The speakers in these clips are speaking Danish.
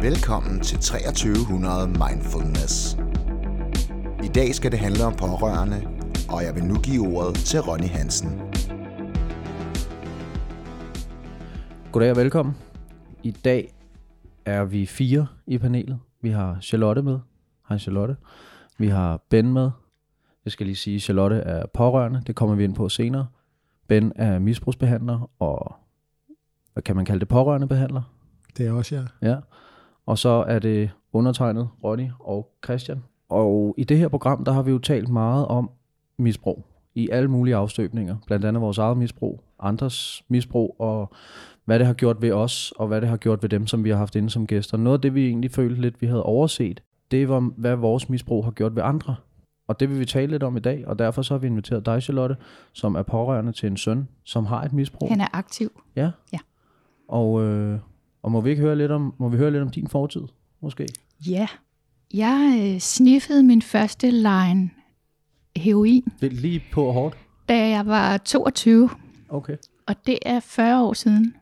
Velkommen til 2300 Mindfulness. I dag skal det handle om pårørende, og jeg vil nu give ordet til Ronny Hansen. Goddag og velkommen. I dag er vi 4 i panelet. Vi har Charlotte med. Hej Charlotte. Vi har Ben med. Jeg skal lige sige, at Charlotte er pårørende. Det kommer vi ind på senere. Ben er misbrugsbehandler og, hvad kan man kalde det, pårørendebehandler? Det er også jeg. Ja. Og så er det undertegnet Ronny og Christian. Og i det her program, der har vi jo talt meget om misbrug i alle mulige afstøbninger. Blandt andet vores eget misbrug, andres misbrug, og hvad det har gjort ved os, og hvad det har gjort ved dem, som vi har haft inde som gæster. Noget af det, vi egentlig følte lidt, vi havde overset, det var, hvad vores misbrug har gjort ved andre. Og det vil vi tale lidt om i dag, og derfor så har vi inviteret dig, Charlotte, som er pårørende til en søn, som har et misbrug. Han er aktiv. Ja. Og må vi høre lidt om din fortid, måske? Ja. Jeg sniffede min første line heroin. Lige på hårdt? Da jeg var 22. Okay. Og det er 40 år siden.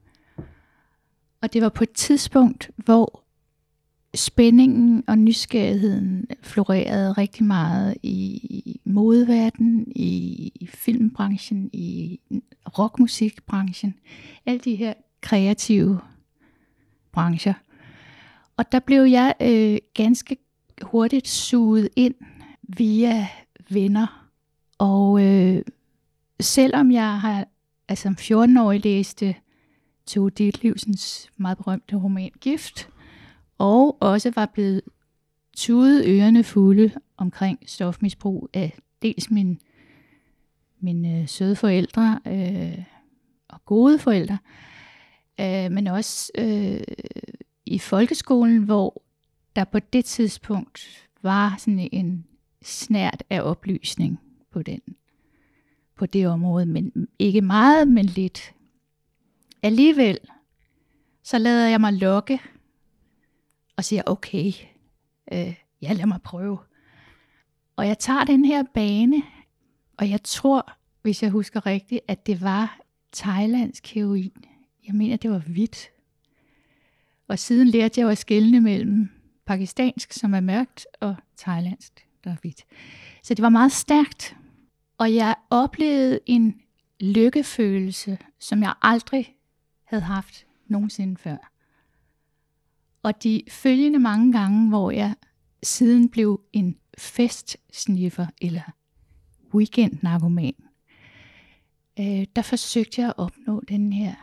Og det var på et tidspunkt, hvor spændingen og nysgerrigheden florerede rigtig meget i modeverdenen, i filmbranchen, i rockmusikbranchen. Alle de her kreative brancher. Og der blev jeg ganske hurtigt suget ind via venner. Og selvom jeg har som 14-årig læste Tove Ditlevsens meget berømte roman Gift, og også var blevet tudet ørerne fulde omkring stofmisbrug af dels mine søde forældre og gode forældre, men også i folkeskolen, hvor der på det tidspunkt var sådan en snert af oplysning på det område, men ikke meget, men lidt. Alligevel, så lader jeg mig lokke og siger, okay, jeg lader mig prøve. Og jeg tager den her bane, og jeg tror, hvis jeg husker rigtigt, at det var thailandsk heroin. Jeg mener, det var hvidt. Og siden lærte jeg at skelne mellem pakistansk, som er mørkt, og thailandsk, der er hvidt. Så det var meget stærkt. Og jeg oplevede en lykkefølelse, som jeg aldrig havde haft nogensinde før. Og de følgende mange gange, hvor jeg siden blev en festsniffer eller weekendnarkoman, der forsøgte jeg at opnå den her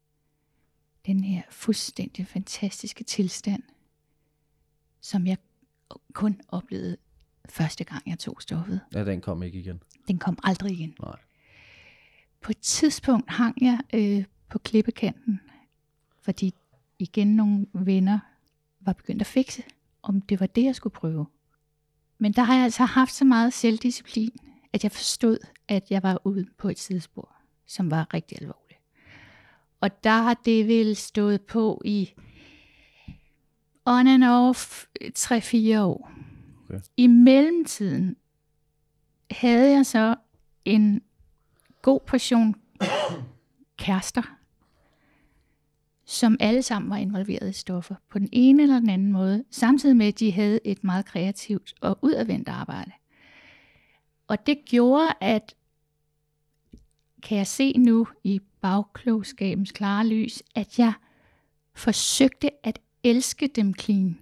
fuldstændig fantastiske tilstand, som jeg kun oplevede første gang, jeg tog stoffet. Ja, den kom ikke igen. Den kom aldrig igen. Nej. På et tidspunkt hang jeg på klippekanten, fordi igen nogle venner var begyndt at fikse, om det var det, jeg skulle prøve. Men der har jeg altså haft så meget selvdisciplin, at jeg forstod, at jeg var ude på et sidespor, som var rigtig alvorligt. Og der har det vel stået på i on and off 3-4 år. Okay. I mellemtiden havde jeg så en god portion kærester, som alle sammen var involveret i stoffer på den ene eller den anden måde, samtidig med, at de havde et meget kreativt og udadvendt arbejde. Og det gjorde, at, kan jeg se nu i bagklogskabens klare lys, at jeg forsøgte at elske dem clean.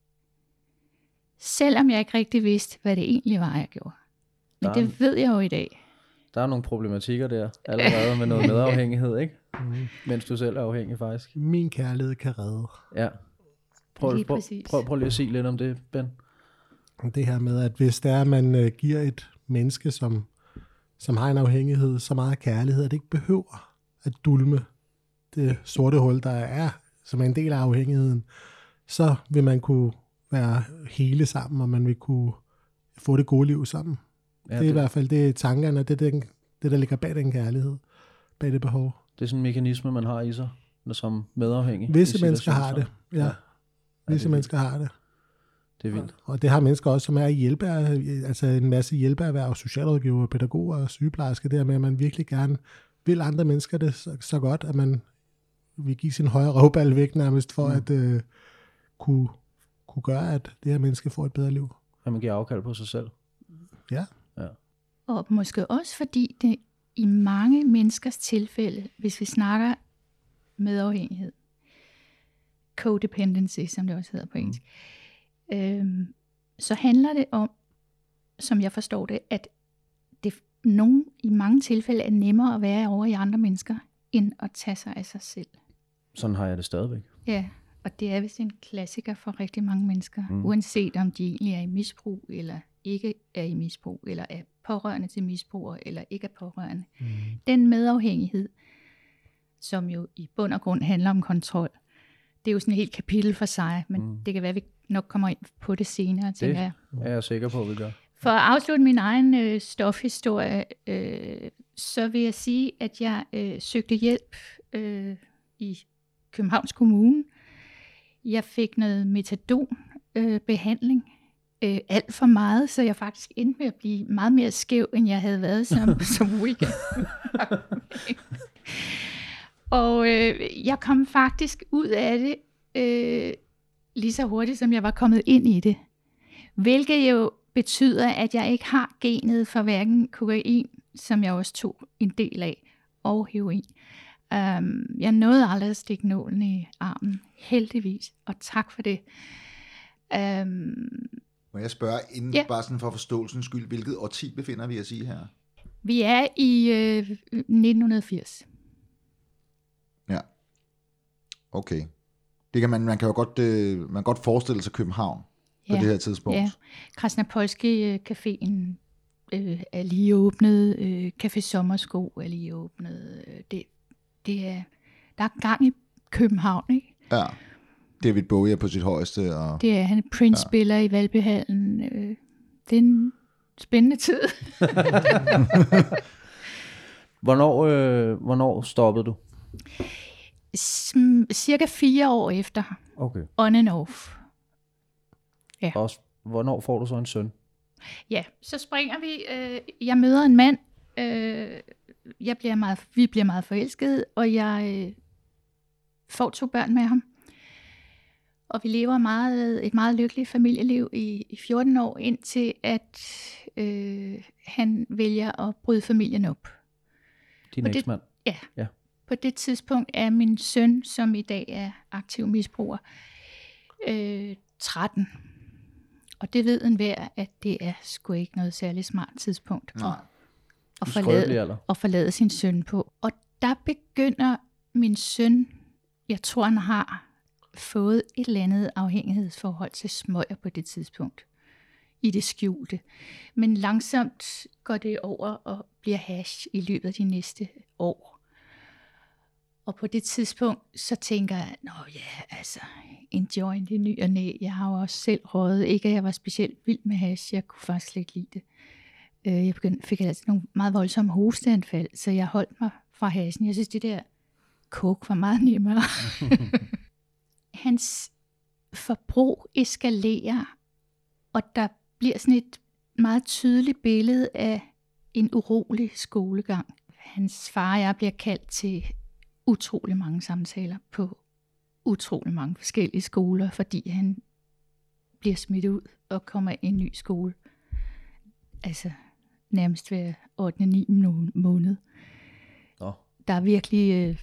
Selvom jeg ikke rigtig vidste, hvad det egentlig var, jeg gjorde. Men det ved jeg jo i dag. Der er nogle problematikker der, allerede med noget medafhængighed, ikke? Mens du selv er afhængig, faktisk. Min kærlighed kan redde. Ja. Prøv lige at sige lidt om det, Ben. Det her med, at hvis det er, at man giver et menneske, som har en afhængighed, så meget kærlighed, at det ikke behøver at dulme det sorte hul, der er, som er en del af afhængigheden, så vil man kunne være hele sammen, og man vil kunne få det gode liv sammen. Ja, det er i hvert fald det tankerne, det der ligger bag den kærlighed, bag det behov. Det er sådan en mekanisme, man har i sig, som medafhængig. Visse mennesker har det, ja. Visse mennesker har det. Det er vildt. Og det har mennesker også, som er i altså en masse hjælpeerhverv, socialrådgiver, pædagoger og sygeplejersker, der med, at man virkelig gerne vil andre mennesker det så godt, at man vil give sin højre røvball væk nærmest for at kunne gøre, at det her menneske får et bedre liv. At man giver afkald på sig selv. Ja. Og måske også fordi det i mange menneskers tilfælde, hvis vi snakker medafhængighed, codependency, som det også hedder på engelsk, så handler det om, som jeg forstår det, at det i mange tilfælde er nemmere at være over i andre mennesker, end at tage sig af sig selv. Sådan har jeg det stadigvæk. Ja, og det er vist en klassiker for rigtig mange mennesker, uanset om de egentlig er i misbrug, eller ikke er i misbrug, eller er pårørende til misbrugere, eller ikke er pårørende. Den medafhængighed, som jo i bund og grund handler om kontrol, det er jo sådan et helt kapitel for sig, men det kan være, at vi nok kommer ind på det senere, tænker jeg. Det er jeg sikker på, at vi gør. For at afslutte min egen stofhistorie, så vil jeg sige, at jeg søgte hjælp i Københavns Kommune. Jeg fik noget metadonbehandling, alt for meget, så jeg faktisk endte med at blive meget mere skæv, end jeg havde været som weekend. Og jeg kom faktisk ud af det lige så hurtigt, som jeg var kommet ind i det. Hvilket jo betyder, at jeg ikke har genet for hverken kokain, som jeg også tog en del af, og heroin. Jeg nåede aldrig at stikke nålen i armen, heldigvis, og tak for det. Må jeg spørge, inden bare sådan for forståelsens skyld, hvilket årti befinder vi os i her? Vi er i 1980. Ja. Okay. Det kan man kan jo godt forestille sig København på det her tidspunkt. Ja, Krasnapolski Caféen er lige åbnet, Café Sommersko er lige åbnet. Der er gang i København, ikke? Ja. David Bowie er på sit højeste. Og det er han. Prince spiller i Valbyhallen. Det er en spændende tid. Hvornår stoppede du? Cirka 4 år efter. Okay. On and off. Ja. Og hvornår får du så en søn? Ja, så springer vi. Jeg møder en mand. Vi bliver meget forelskede, og jeg får 2 børn med ham. Og vi lever et meget lykkeligt familieliv i 14 år, indtil at han vælger at bryde familien op. Din eksmand? Ja. På det tidspunkt er min søn, som i dag er aktiv misbruger, 13. Og det ved enhver, at det er sgu ikke noget særligt smart tidspunkt at forlade sin søn på. Og der begynder min søn, jeg tror han har fået et eller andet afhængighedsforhold til smøger på det tidspunkt, i det skjulte. Men langsomt går det over og bliver hash i løbet af de næste år. Og på det tidspunkt, så tænker jeg, en joint i ny og næ. Jeg har jo også selv røget, ikke at jeg var specielt vild med hash, jeg kunne faktisk slet ikke lide det. Jeg fik altså nogle meget voldsomme hosteanfald, så jeg holdt mig fra hashen. Jeg synes, det der coke var meget nemmere. Hans forbrug eskalerer, og der bliver sådan et meget tydeligt billede af en urolig skolegang. Hans far og jeg bliver kaldt til utrolig mange samtaler på utrolig mange forskellige skoler, fordi han bliver smidt ud og kommer i en ny skole. Altså nærmest hver 8. 9. måned. Der er virkelig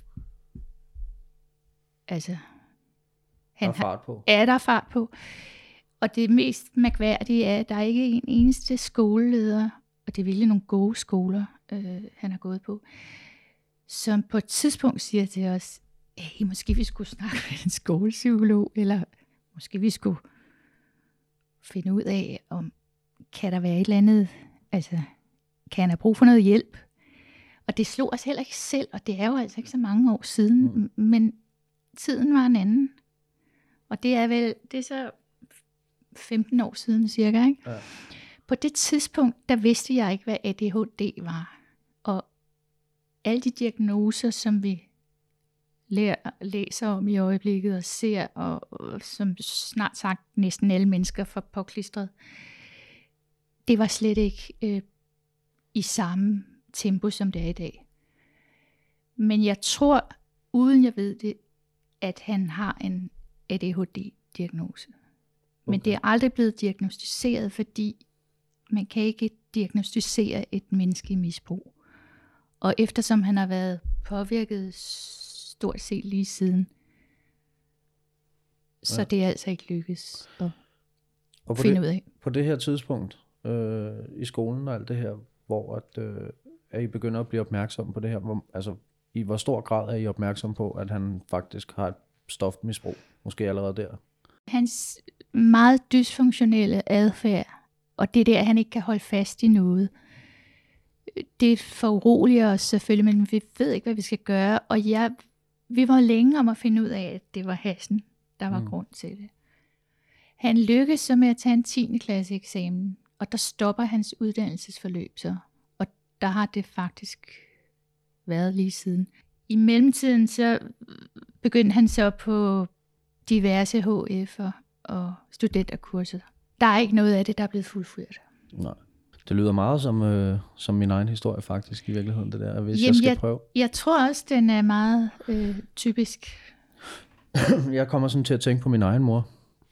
der er fart på. Ja, der er fart på. Og det mest mærkværdige er, at der ikke er en eneste skoleleder, og det er virkelig nogle gode skoler, han har gået på, som på et tidspunkt siger til os, måske vi skulle snakke med en skolepsykolog, eller måske vi skulle finde ud af, om kan der være et eller andet, altså kan han have brug for noget hjælp? Og det slog os heller ikke selv, og det er jo altså ikke så mange år siden, men tiden var en anden. Og det er så 15 år siden cirka, ikke? Ja. På det tidspunkt, der vidste jeg ikke, hvad ADHD var. Og alle de diagnoser, som vi læser om i øjeblikket og ser, og som snart sagt næsten alle mennesker får påklistret, det var slet ikke i samme tempo, som det er i dag. Men jeg tror, uden jeg ved det, at han har en ADHD diagnose. Men det er aldrig blevet diagnostiseret, fordi man kan ikke diagnostisere et menneske i misbrug. Og eftersom han har været påvirket stort set lige siden, så det er altså ikke lykkes at finde ud af. På det her tidspunkt i skolen og alt det her, hvor at I begynder at blive opmærksom på det her, i hvor stor grad er I opmærksom på, at han faktisk har et stofmisbrug, måske allerede der? Hans meget dysfunktionelle adfærd, og det der, at han ikke kan holde fast i noget, det foruroliger os selvfølgelig, men vi ved ikke, hvad vi skal gøre. Og vi var længe om at finde ud af, at det var haschen, der var grund til det. Han lykkedes så med at tage en 10. klasse eksamen, og der stopper hans uddannelsesforløb så. Og der har det faktisk været lige siden. I mellemtiden så begyndte han så på diverse HF'er og studenterkurser. Der er ikke noget af det, der er blevet fuldført. Nej. Det lyder meget som min egen historie faktisk i virkeligheden, det der, hvis jeg skal prøve. Jeg tror også, den er meget typisk. Jeg kommer sådan til at tænke på min egen mor.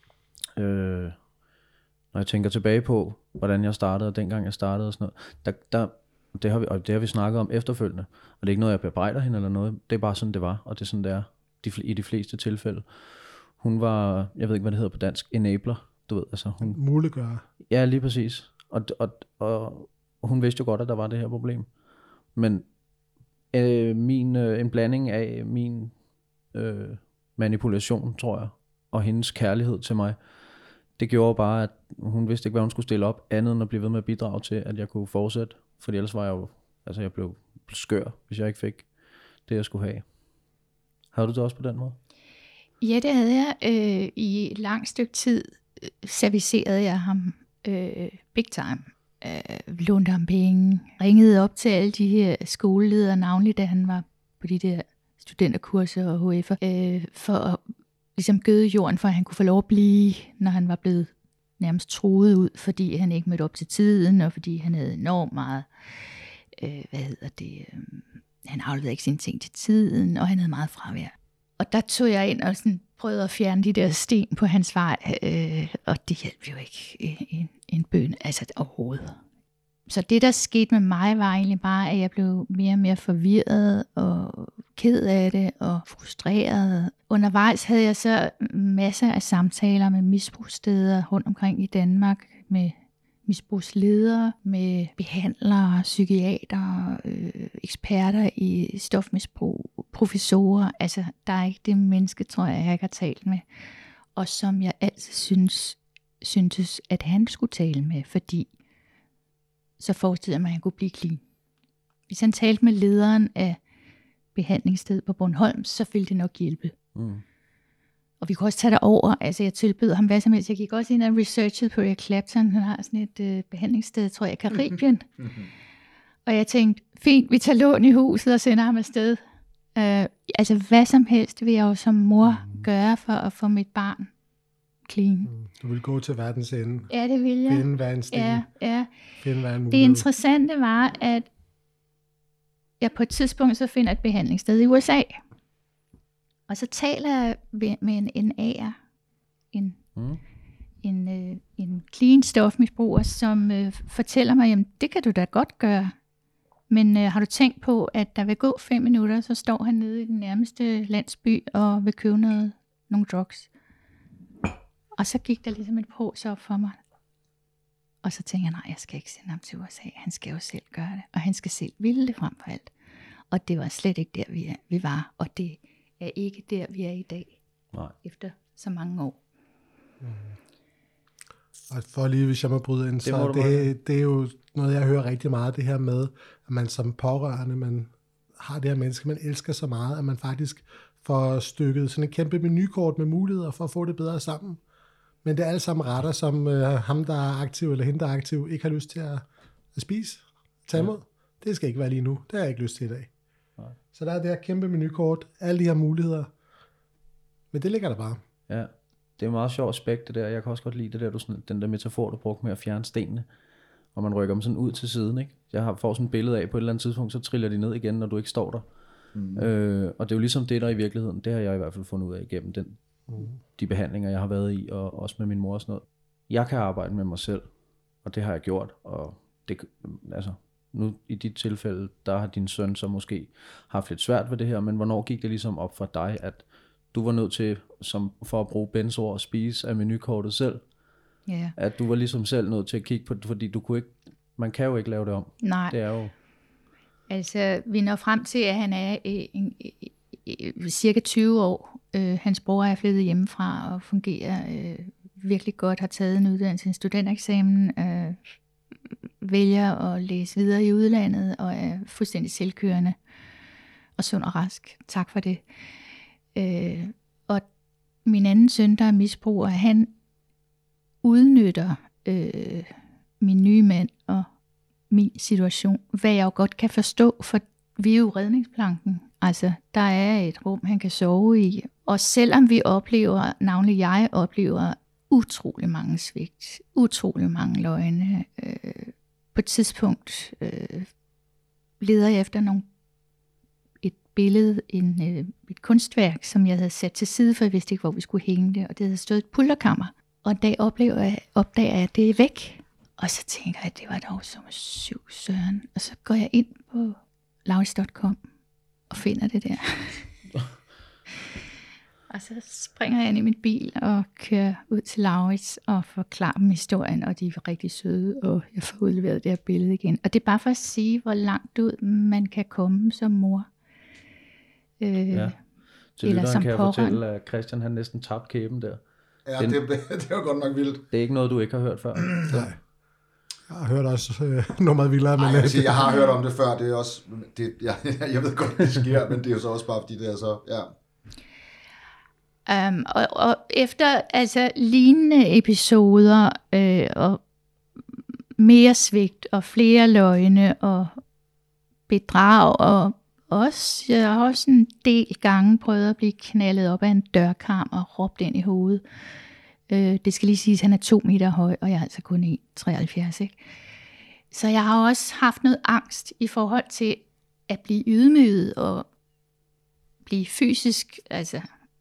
Når jeg tænker tilbage på, hvordan jeg startede, og dengang jeg startede og sådan noget, det har vi snakket om efterfølgende. Og det er ikke noget, jeg bebrejder hende eller noget. Det er bare sådan, det var, og det er sådan, det er i de fleste tilfælde. Hun var, jeg ved ikke, hvad det hedder på dansk, enabler, du ved. Altså hun muliggør. Ja, lige præcis. Og hun vidste jo godt, at der var det her problem. Men en blanding af min manipulation, tror jeg, og hendes kærlighed til mig, det gjorde bare, at hun vidste ikke, hvad hun skulle stille op, andet end at blive ved med at bidrage til, at jeg kunne fortsætte. Fordi ellers var jeg jo, jeg blev skør, hvis jeg ikke fik det, jeg skulle have. Havde du det også på den måde? Ja, det havde jeg. I et langt stykke tid servicerede jeg ham big time. Lånte ham penge, ringede op til alle de her skoleledere, navnligt da han var på de der studenterkurser og HF'er, for at ligesom gøde jorden, for at han kunne få lov at blive, når han var blevet nærmest truet ud, fordi han ikke mødte op til tiden, og fordi han havde enormt meget, han afleverede ikke sine ting til tiden, og han havde meget fravær. Og der tog jeg ind og sådan prøvede at fjerne de der sten på hans vej, og det hjalp jo ikke en bøn, altså overhovedet. Så det, der skete med mig, var egentlig bare, at jeg blev mere og mere forvirret og ked af det og frustreret. Undervejs havde jeg så masser af samtaler med misbrugssteder rundt omkring i Danmark, med misbrugsledere, med behandlere, psykiatere, eksperter i stofmisbrug, professorer. Altså, der er ikke det menneske, tror jeg ikke har talt med. Og som jeg altid syntes, at han skulle tale med, fordi så forestillede jeg mig, at han kunne blive clean. Hvis han talte med lederen af behandlingsstedet på Bornholm, så ville det nok hjælpe. Mm. Og vi kunne også tage det over. Altså, jeg tilbød ham hvad som helst. Jeg gik også ind og researchede på Eric Clapton. Han har sådan et behandlingssted, tror jeg, i Karibien. Og jeg tænkte, fint, vi tager lån i huset og sender ham afsted. Altså, hvad som helst vil jeg jo som mor gøre for at få mit barn clean. Du vil gå til verdens ende. Ja, det vil jeg. Finde hver en sten. Ja. Finde hver en mulighed. Det interessante var, at jeg på et tidspunkt så finder et behandlingssted i USA. Og så taler jeg med en NA'er, en clean stofmisbruger, som fortæller mig, jamen det kan du da godt gøre. Men har du tænkt på, at der vil gå 5 minutter, så står han nede i den nærmeste landsby og vil købe nogle drugs. Og så gik der ligesom et pose op for mig. Og så tænkte jeg, nej, jeg skal ikke sende ham til USA. Han skal jo selv gøre det. Og han skal selv ville det frem for alt. Og det var slet ikke der, vi var. Og det er ikke der, vi er i dag. Nej. Efter så mange år. Og for lige, hvis jeg må bryde ind, så det er jo noget, jeg hører rigtig meget, det her med, at man som pårørende, man har det her menneske, man elsker så meget, at man faktisk får stykket sådan et kæmpe menukort med muligheder for at få det bedre sammen. Men det er alle sammen retter, som ham, der er aktiv, eller hende, der er aktiv, ikke har lyst til at spise, tage imod. Det skal ikke være lige nu. Det har jeg ikke lyst til i dag. Nej. Så der er det her kæmpe menukort, alle de her muligheder. Men det ligger der bare. Ja, det er meget sjovt aspekt det der. Jeg kan også godt lide det der, den der metafor, du brugte med at fjerne stenene. Og man rykker dem sådan ud til siden, ikke? Jeg får sådan et billede af, på et eller andet tidspunkt, så triller de ned igen, når du ikke står der. Og det er jo ligesom det der i virkeligheden, det har jeg i hvert fald fundet ud af igennem de behandlinger, jeg har været i, og også med min mor og sådan noget. Jeg kan arbejde med mig selv, og det har jeg gjort, og det, altså, nu i dit tilfælde, der har din søn så måske haft lidt svært ved det her, men hvornår gik det ligesom op for dig, at du var nødt til, som for at bruge Bens ord, at spise af menukortet selv? Ja. At du var ligesom selv nødt til at kigge på det, fordi du kunne ikke, man kan jo ikke lave det om. Nej. Det er jo... Altså, vi når frem til, at han er cirka 20 år. Hans bror er flyttet hjemmefra og fungerer virkelig godt, har taget en uddannelse, en studentereksamen, vælger at læse videre i udlandet og er fuldstændig selvkørende og sund og rask. Tak for det. Og min anden søn, der er misbruger, han udnytter min nye mand og min situation, hvad jeg jo godt kan forstå, for vi er jo redningsplanken. Altså, der er et rum, han kan sove i. Og selvom vi oplever, navnlig jeg oplever, utrolig mange svigt, utrolig mange løgne. På et tidspunkt leder jeg efter et billede, et kunstværk, som jeg havde sat til side, for jeg vidste ikke, hvor vi skulle hænge det. Og det havde stået et pulterkammer. Og en dag opdager jeg, at det er væk. Og så tænker jeg, at det var dog som syv søren. Og så går jeg ind på lauritz.com og finder det der. Og så springer jeg ind i min bil og kører ud til Lauritz og forklarer dem historien, og de er rigtig søde, og jeg får udleveret det her billede igen. Og det er bare for at sige, hvor langt ud man kan komme som mor. Ja. Til lytteren kan jeg fortælle, at Christian han næsten tabte kæben der. Ja, det var godt nok vildt. Det er ikke noget, du ikke har hørt før. Nej. Jeg har hørt også noget vildere. Men jeg har hørt om det før. Det er også, jeg ved godt, det sker, men det er jo så også bare, fordi det er så... Ja. Og efter altså lignende episoder og mere svigt og flere løgne og bedrag, og også, jeg har også en del gange prøvet at blive knaldet op af en dørkarm og råbt ind i hovedet. Det skal lige siges, at han er 2 meter høj, og jeg er altså kun 1,73, ikke? Så jeg har også haft noget angst i forhold til at blive ydmyget og blive fysisk, altså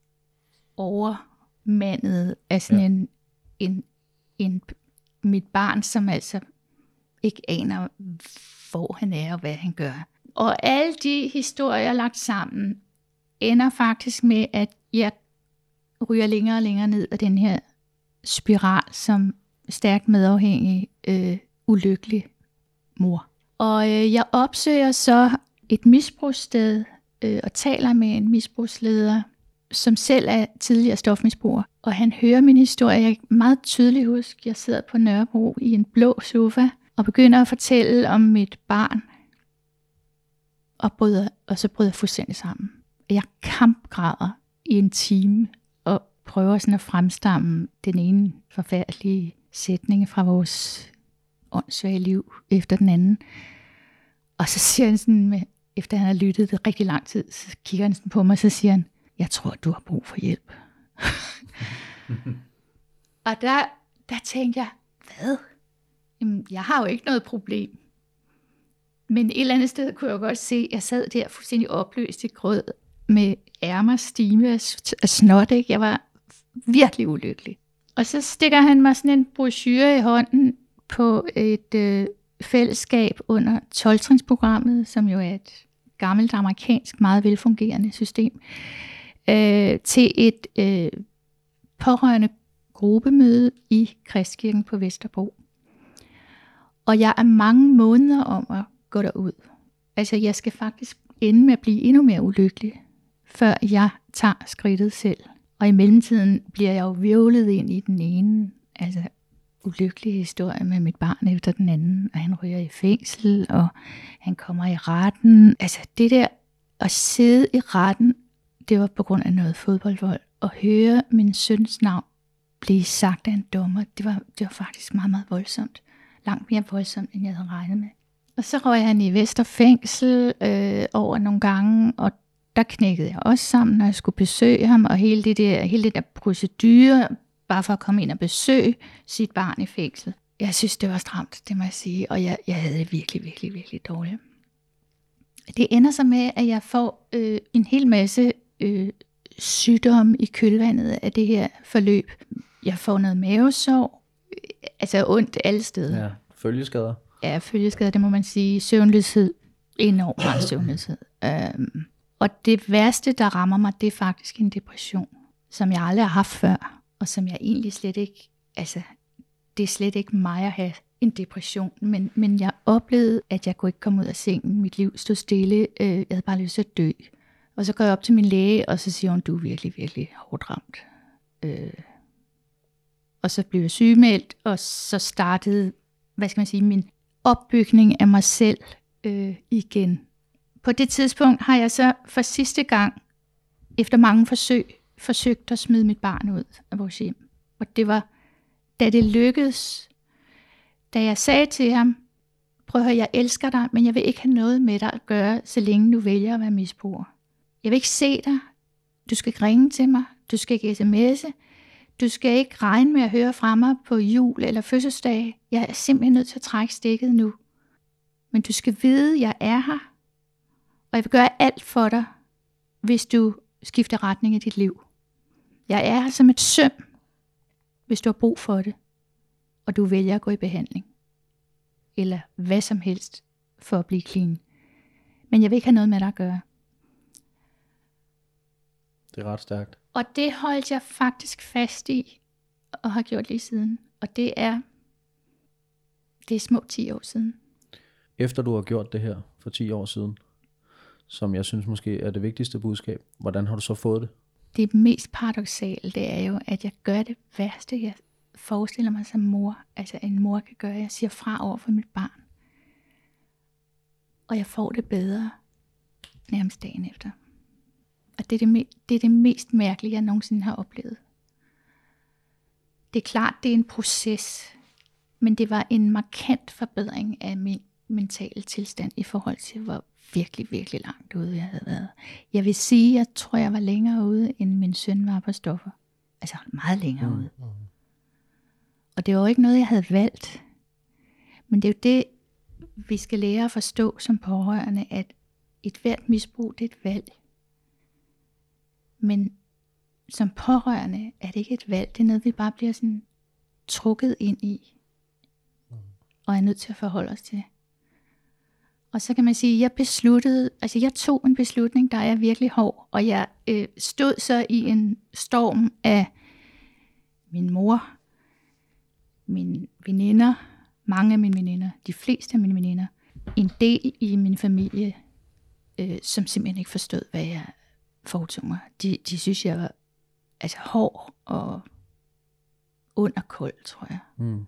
overmandet af sådan en mit barn, som altså ikke aner, hvor han er og hvad han gør. Og alle de historier lagt sammen ender faktisk med, at jeg ryger længere og længere ned af den her spiral som stærkt medafhængig, ulykkelig mor. Og jeg opsøger så et misbrugssted og taler med en misbrugsleder, som selv er tidligere stofmisbruger. Og han hører min historie. Jeg kan meget tydeligt huske, jeg sidder på Nørrebro i en blå sofa og begynder at fortælle om mit barn. Og så bryder jeg fuldstændig sammen. Jeg kampgræder i en time og prøver sådan at fremstamme den ene forfærdelige sætning fra vores åndssvage liv efter den anden. Og så siger han sådan, efter han har lyttet det rigtig lang tid, så kigger han sådan på mig, og så siger han, jeg tror, du har brug for hjælp. Og der tænkte jeg, hvad? Jamen, jeg har jo ikke noget problem. Men et eller andet sted kunne jeg godt se, at jeg sad der fuldstændig opløst i grød, med ærmer stime af snot, ikke? Jeg var virkelig ulykkelig. Og så stikker han mig sådan en brochure i hånden på et fællesskab under 12-trinsprogrammet, som jo er et gammelt amerikansk, meget velfungerende system, til et pårørende gruppemøde i Kristkirken på Vesterbro. Og jeg er mange måneder om at gå derud. Altså, jeg skal faktisk ende med at blive endnu mere ulykkelig, før jeg tager skridtet selv. Og i mellemtiden bliver jeg jo hvirvlet ind i den ene, altså ulykkelige historie med mit barn efter den anden, og han ryger i fængsel, og han kommer i retten. Altså det der at sidde i retten, det var på grund af noget fodboldvold, og høre min søns navn blive sagt af en dommer, det var faktisk meget, meget voldsomt. Langt mere voldsomt, end jeg havde regnet med. Og så røg han i Vestre Fængsel over nogle gange, og der knækkede jeg også sammen, når jeg skulle besøge ham, og hele det der procedure, bare for at komme ind og besøge sit barn i fængsel. Jeg synes, det var stramt, det må jeg sige, og jeg havde det virkelig, virkelig, virkelig dårligt. Det ender så med, at jeg får en hel masse sygdomme i kølvandet af det her forløb. Jeg får noget mavesår, altså ondt alle steder. Ja, følgeskader. Ja, følgeskader, det må man sige. Søvnløshed, enormt meget søvnløshed. Og det værste, der rammer mig, det er faktisk en depression, som jeg aldrig har haft før, og som jeg egentlig slet ikke, altså det er slet ikke mig at have en depression, men jeg oplevede, at jeg kunne ikke komme ud af sengen. Mit liv stod stille. Jeg havde bare lyst til at dø. Og så går jeg op til min læge, og så siger hun, du er virkelig, virkelig hårdt ramt. Og så blev jeg sygemeldt, og så startede, min opbygning af mig selv igen. På det tidspunkt har jeg så for sidste gang, efter mange forsøg, forsøgt at smide mit barn ud af vores hjem. Og det var, da det lykkedes, da jeg sagde til ham, prøv at høre, jeg elsker dig, men jeg vil ikke have noget med dig at gøre, så længe du vælger at være misbruger. Jeg vil ikke se dig. Du skal ikke ringe til mig. Du skal ikke sms'e. Du skal ikke regne med at høre fra mig på jul eller fødselsdag. Jeg er simpelthen nødt til at trække stikket nu. Men du skal vide, at jeg er her. Og jeg vil gøre alt for dig, hvis du skifter retning i dit liv. Jeg er her som et søm, hvis du har brug for det. Og du vælger at gå i behandling. Eller hvad som helst for at blive clean. Men jeg vil ikke have noget med dig at gøre. Det er ret stærkt. Og det holdt jeg faktisk fast i, og har gjort lige siden. Og det er små 10 år siden. Efter du har gjort det her for 10 år siden, som jeg synes måske er det vigtigste budskab, hvordan har du så fået det? Det mest paradoksale, det er jo, at jeg gør det værste, jeg forestiller mig som mor. Altså en mor kan gøre, jeg siger fra over for mit barn. Og jeg får det bedre nærmest dagen efter. Og det er det mest mærkelige, jeg nogensinde har oplevet. Det er klart, det er en proces, men det var en markant forbedring af min mentale tilstand i forhold til, hvor virkelig, virkelig langt ude jeg havde været. Jeg vil sige, jeg tror, jeg var længere ude, end min søn var på stoffer. Altså meget længere ude. Og det var jo ikke noget, jeg havde valgt. Men det er jo det, vi skal lære at forstå som pårørende, at et hvert misbrug, det er et valg. Men som pårørende er det ikke et valg. Det er noget, vi bare bliver sådan trukket ind i. Og er nødt til at forholde os til. Og så kan man sige, jeg tog en beslutning, der er virkelig hård. Og jeg stod så i en storm af min mor, mine veninder, mange af mine veninder, de fleste af mine veninder, en del i min familie, som simpelthen ikke forstod, hvad jeg foretog mig. De synes, jeg var hård og ond og kold, tror jeg.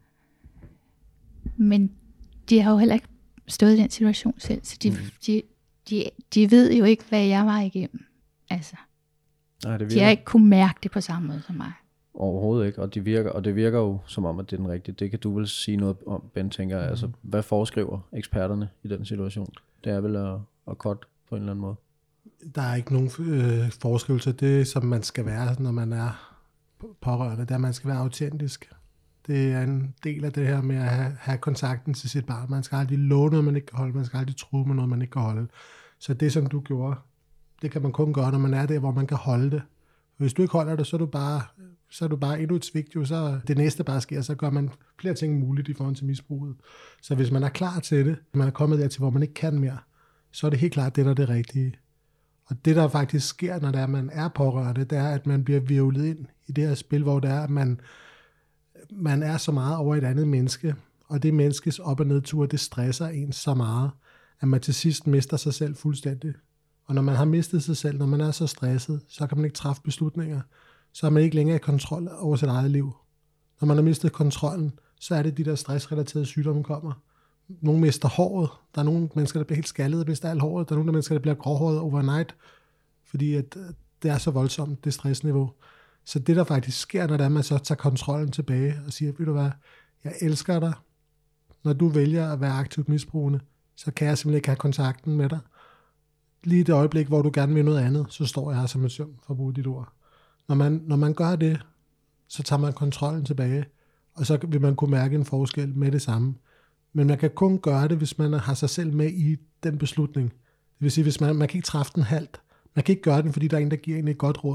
Men de har jo heller ikke stået i den situation selv, så de ved jo ikke, hvad jeg var igennem. Altså, Nej, de har ikke kunne mærke det på samme måde som mig. Overhovedet ikke, og det virker jo som om, at det er den rigtige. Det kan du vel sige noget om, Ben, tænker jeg. Altså, hvad foreskriver eksperterne i den situation? Det er vel at cutte på en eller anden måde. Der er ikke nogen forskrivelse. Det, som man skal være, når man er pårørende, det er, at man skal være autentisk. Det er en del af det her med at have kontakten til sit barn. Man skal aldrig love noget, man ikke kan holde. Man skal aldrig tro med noget, man ikke kan holde. Så det, som du gjorde, det kan man kun gøre, når man er der, hvor man kan holde det. Hvis du ikke holder det, så er du bare endnu et svigt. Jo, så det næste bare sker, så gør man flere ting muligt i forhold til misbruget. Så hvis man er klar til det, man er kommet dertil, hvor man ikke kan mere, så er det helt klart det, der er det rigtige. Og det, der faktisk sker, når det er, man er pårørende, det er, at man bliver hvirvlet ind i det her spil, hvor det er, at man er så meget over et andet menneske, og det menneskes op- og nedtur, det stresser en så meget, at man til sidst mister sig selv fuldstændig. Og når man har mistet sig selv, når man er så stresset, så kan man ikke træffe beslutninger. Så er man ikke længere i kontrol over sit eget liv. Når man har mistet kontrollen, så er det de der stressrelaterede sygdomme kommer. Nogle mister håret. Der er nogle mennesker, der bliver helt skaldede og mister alt håret. Der er nogle mennesker, der bliver gråhåret overnight, fordi at det er så voldsomt, det stressniveau. Så det, der faktisk sker, når man så tager kontrollen tilbage og siger, ved du hvad, jeg elsker dig. Når du vælger at være aktivt misbrugende, så kan jeg simpelthen ikke have kontakten med dig. Lige i det øjeblik, hvor du gerne vil noget andet, så står jeg her som et søm, for at bruge dit ord. Når man gør det, så tager man kontrollen tilbage, og så vil man kunne mærke en forskel med det samme. Men man kan kun gøre det, hvis man har sig selv med i den beslutning. Det vil sige, hvis man kan ikke træffe den halvt. Man kan ikke gøre den, fordi der er en, der giver en et godt råd.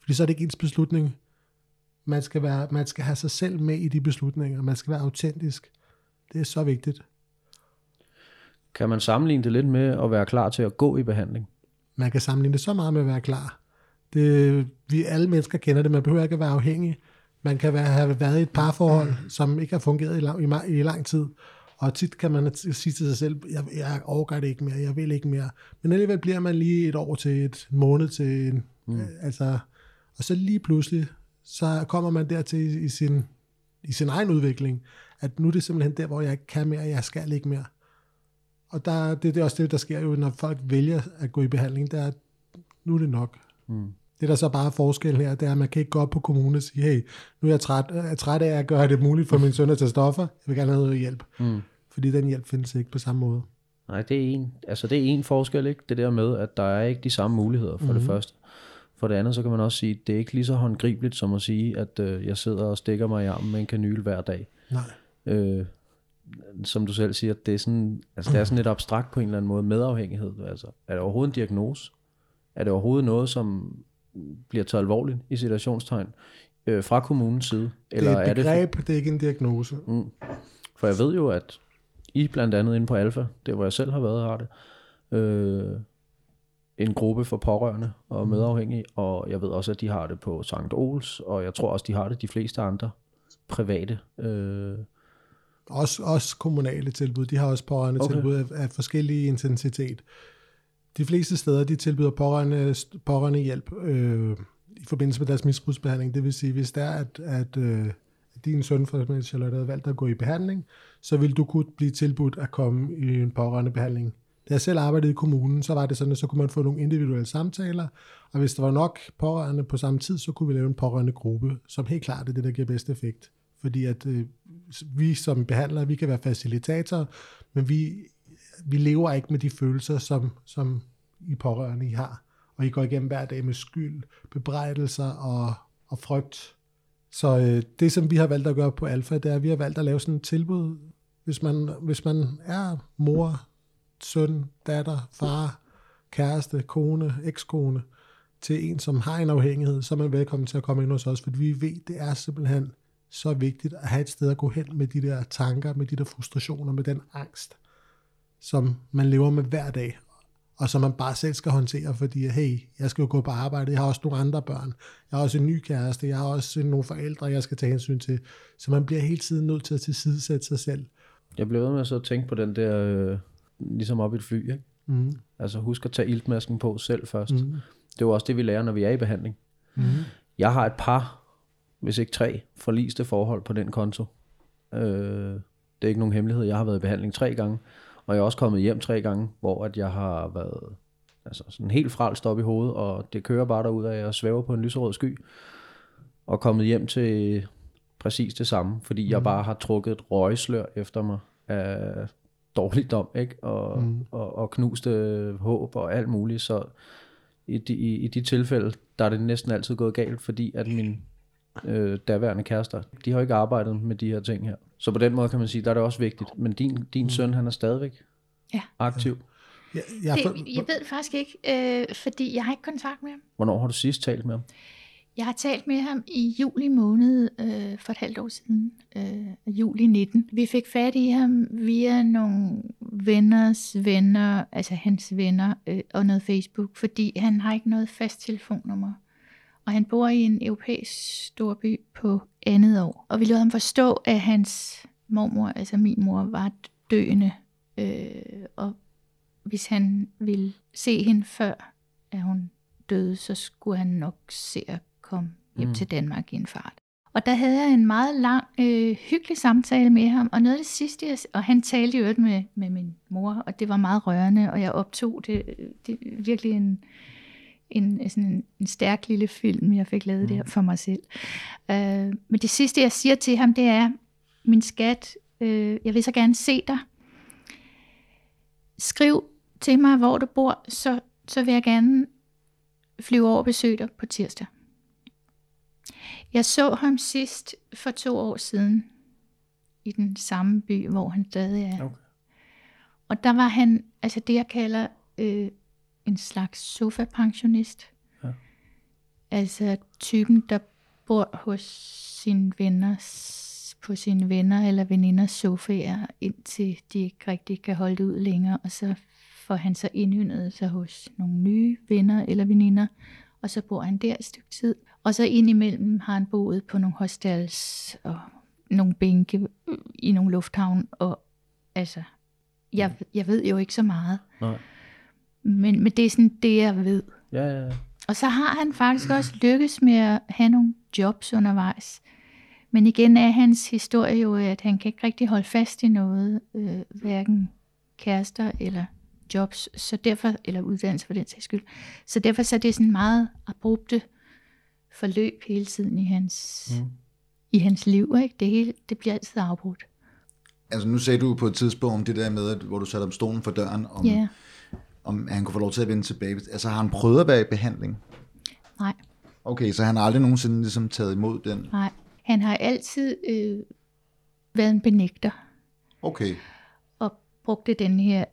Fordi så er det ikke ens beslutning. Man skal have sig selv med i de beslutninger. Man skal være autentisk. Det er så vigtigt. Kan man sammenligne det lidt med at være klar til at gå i behandling? Man kan sammenligne det så meget med at være klar. Vi alle mennesker kender det. Man behøver ikke at være afhængig. Man kan have været i et parforhold, som ikke har fungeret i lang tid. Og tit kan man sige til sig selv, jeg overgår det ikke mere, jeg vil ikke mere. Men alligevel bliver man lige et år til en måned til en, og så lige pludselig, så kommer man dertil i sin egen udvikling, at nu er det simpelthen der, hvor jeg ikke kan mere, jeg skal ikke mere. Og det er også det, der sker jo, når folk vælger at gå i behandling, det er, at nu er det nok. Det der så bare forskellen her, det er, at man kan ikke gå op på kommunen og sige, hey, nu er jeg træt af at gøre det muligt for min søn at tage stoffer, jeg vil gerne have noget hjælp. Fordi den hjælp findes ikke på samme måde. Nej, det er en forskel, ikke? Det der med, at der er ikke de samme muligheder for det første. For det andet, så kan man også sige, at det er ikke lige så håndgribeligt som at sige, at jeg sidder og stikker mig i armen med en kanyl hver dag. Nej. Som du selv siger, det er sådan, altså det er sådan lidt abstrakt på en eller anden måde, medafhængighed. Altså, er det overhovedet en diagnose? Er det overhovedet noget, som bliver taget alvorligt i situationstegn fra kommunens side? Eller det er et begreb, det er ikke en diagnose. For jeg ved jo, at I blandt andet inde på Alfa, der hvor jeg selv har været, har det en gruppe for pårørende og medafhængige, og jeg ved også, at de har det på Sankt Ols, og jeg tror også, de har det de fleste andre private. Også kommunale tilbud, de har også pårørende tilbud af forskellige intensitet. De fleste steder, de tilbyder pårørende hjælp i forbindelse med deres misbrugsbehandling. Det vil sige, hvis det er, at din søn for eksempel, Charlotte, havde valgt at gå i behandling, så vil du kunne blive tilbudt at komme i en pårørende behandling. Da jeg selv arbejdede i kommunen, så var det sådan, at så kunne man få nogle individuelle samtaler, og hvis der var nok pårørende på samme tid, så kunne vi lave en pårørende gruppe, som helt klart er det, der giver bedst effekt. Fordi at vi som behandlere, vi kan være facilitatorer, men vi lever ikke med de følelser, som I pårørende I har. Og I går igennem hver dag med skyld, bebrejdelser og frygt. Så det, som vi har valgt at gøre på Alfa, det er, at vi har valgt at lave sådan et tilbud. Hvis man er mor, søn, datter, far, kæreste, kone, ekskone, til en, som har en afhængighed, så er man velkommen til at komme ind hos os, fordi vi ved, det er simpelthen så vigtigt at have et sted at gå hen med de der tanker, med de der frustrationer, med den angst, som man lever med hver dag, og som man bare selv skal håndtere, fordi hey, jeg skal jo gå på arbejde, jeg har også nogle andre børn, jeg har også en ny kæreste, jeg har også nogle forældre, jeg skal tage hensyn til, så man bliver hele tiden nødt til at tilsidesætte sig selv. Jeg blev ved med så at tænke på den der, ligesom op i et fly, ikke? Altså husk at tage iltmasken på selv først. Det er jo også det, vi lærer, når vi er i behandling. Jeg har et par, hvis ikke 3, forliste forhold på den konto. Det er ikke nogen hemmelighed. Jeg har været i behandling 3 gange, og jeg er også kommet hjem 3 gange, hvor at jeg har været sådan helt frelst op i hovedet, og det kører bare derud af, at jeg svæver på en lyserød sky, og kommet hjem til præcis det samme, fordi jeg bare har trukket et røgslør efter mig af dårligdom, ikke? Og knuste håb og alt muligt. Så i de tilfælde, der er det næsten altid gået galt, fordi at min daværende kærester, de har ikke arbejdet med de her ting her. Så på den måde kan man sige, der er det også vigtigt. Men din søn, han er stadigvæk aktiv. Jeg ved det faktisk ikke, fordi jeg har ikke kontakt med ham. Hvornår har du sidst talt med ham? Jeg har talt med ham i juli måned for et halvt år siden, juli 19. Vi fik fat i ham via nogle venners venner, altså hans venner, og noget Facebook, fordi han har ikke noget fast telefonnummer. Og han bor i en europæisk storby på 2. år. Og vi lod ham forstå, at hans mormor, altså min mor, var døende. Og hvis han ville se hende før, at hun døde, så skulle han nok se at komme hjem til Danmark i en fart. Og der havde jeg en meget lang, hyggelig samtale med ham, og noget af det sidste, og han talte jo med min mor, og det var meget rørende, og jeg optog det er virkelig en stærk lille film, jeg fik lavet der for mig selv. Men det sidste, jeg siger til ham, det er, min skat, jeg vil så gerne se dig. Skriv til mig, hvor du bor, så vil jeg gerne flyve over og besøge dig på tirsdag. Jeg så ham sidst for 2 år siden i den samme by, hvor han stadig er. Okay. Og der var han, altså det jeg kalder en slags sofa-pensionist. Ja. Altså typen, der bor hos sine venner, på sine venner eller veninders sofaer, indtil de ikke rigtig kan holde det ud længere, og så får han så indyndet sig hos nogle nye venner eller veninder, og så bor han der et stykke tid. Og så indimellem har han boet på nogle hostels og nogle bænke i nogle lufthavn, og altså, jeg ved jo ikke så meget. Nej. Men det er sådan det, jeg ved. Ja. Og så har han faktisk også lykkes med at have nogle jobs undervejs. Men igen er hans historie jo, at han kan ikke rigtig holde fast i noget, hverken kærester eller jobs, så derfor, eller uddannelse for den sags skyld. Så derfor så er det sådan meget abrupte forløb hele tiden i hans liv. Ikke? Det bliver altid afbrudt. Altså nu sagde du på et tidspunkt om det der med, hvor du satte om stolen for døren, om han kunne få lov til at vende tilbage. Altså har han prøvet at være i behandling? Nej. Okay, så han har aldrig nogensinde ligesom taget imod den? Nej, han har altid været en benægter. Okay. Og brugte den her,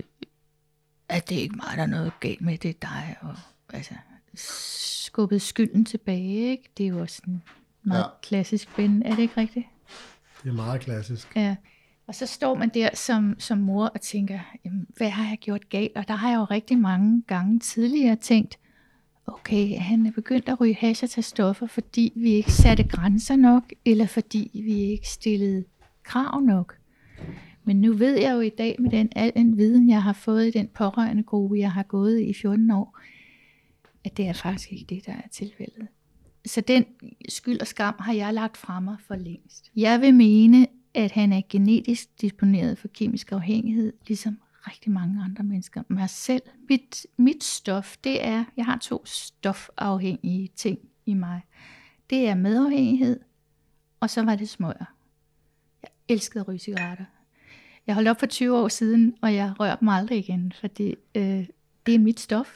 at det er ikke mig, der er noget galt med, det er dig. Og altså skubbet skylden tilbage, ikke? Det er jo også en meget klassisk ven, er det ikke rigtigt? Det er meget klassisk. Ja. Og så står man der som mor og tænker, jamen, hvad har jeg gjort galt? Og der har jeg jo rigtig mange gange tidligere tænkt, okay, han er begyndt at ryge hash og tage stoffer, fordi vi ikke satte grænser nok, eller fordi vi ikke stillede krav nok. Men nu ved jeg jo i dag, med al den viden, jeg har fået i den pårørende gruppe, jeg har gået i 14 år, at det er faktisk ikke det, der er tilfældet. Så den skyld og skam har jeg lagt fra mig for længst. Jeg vil mene, at han er genetisk disponeret for kemisk afhængighed, ligesom rigtig mange andre mennesker. Mig selv, mit stof, det er, jeg har 2 stofafhængige ting i mig. Det er medafhængighed, og så var det smøger. Jeg elskede at ryge cigaretter. Jeg holdt op for 20 år siden, og jeg rører dem aldrig igen, fordi det er mit stof.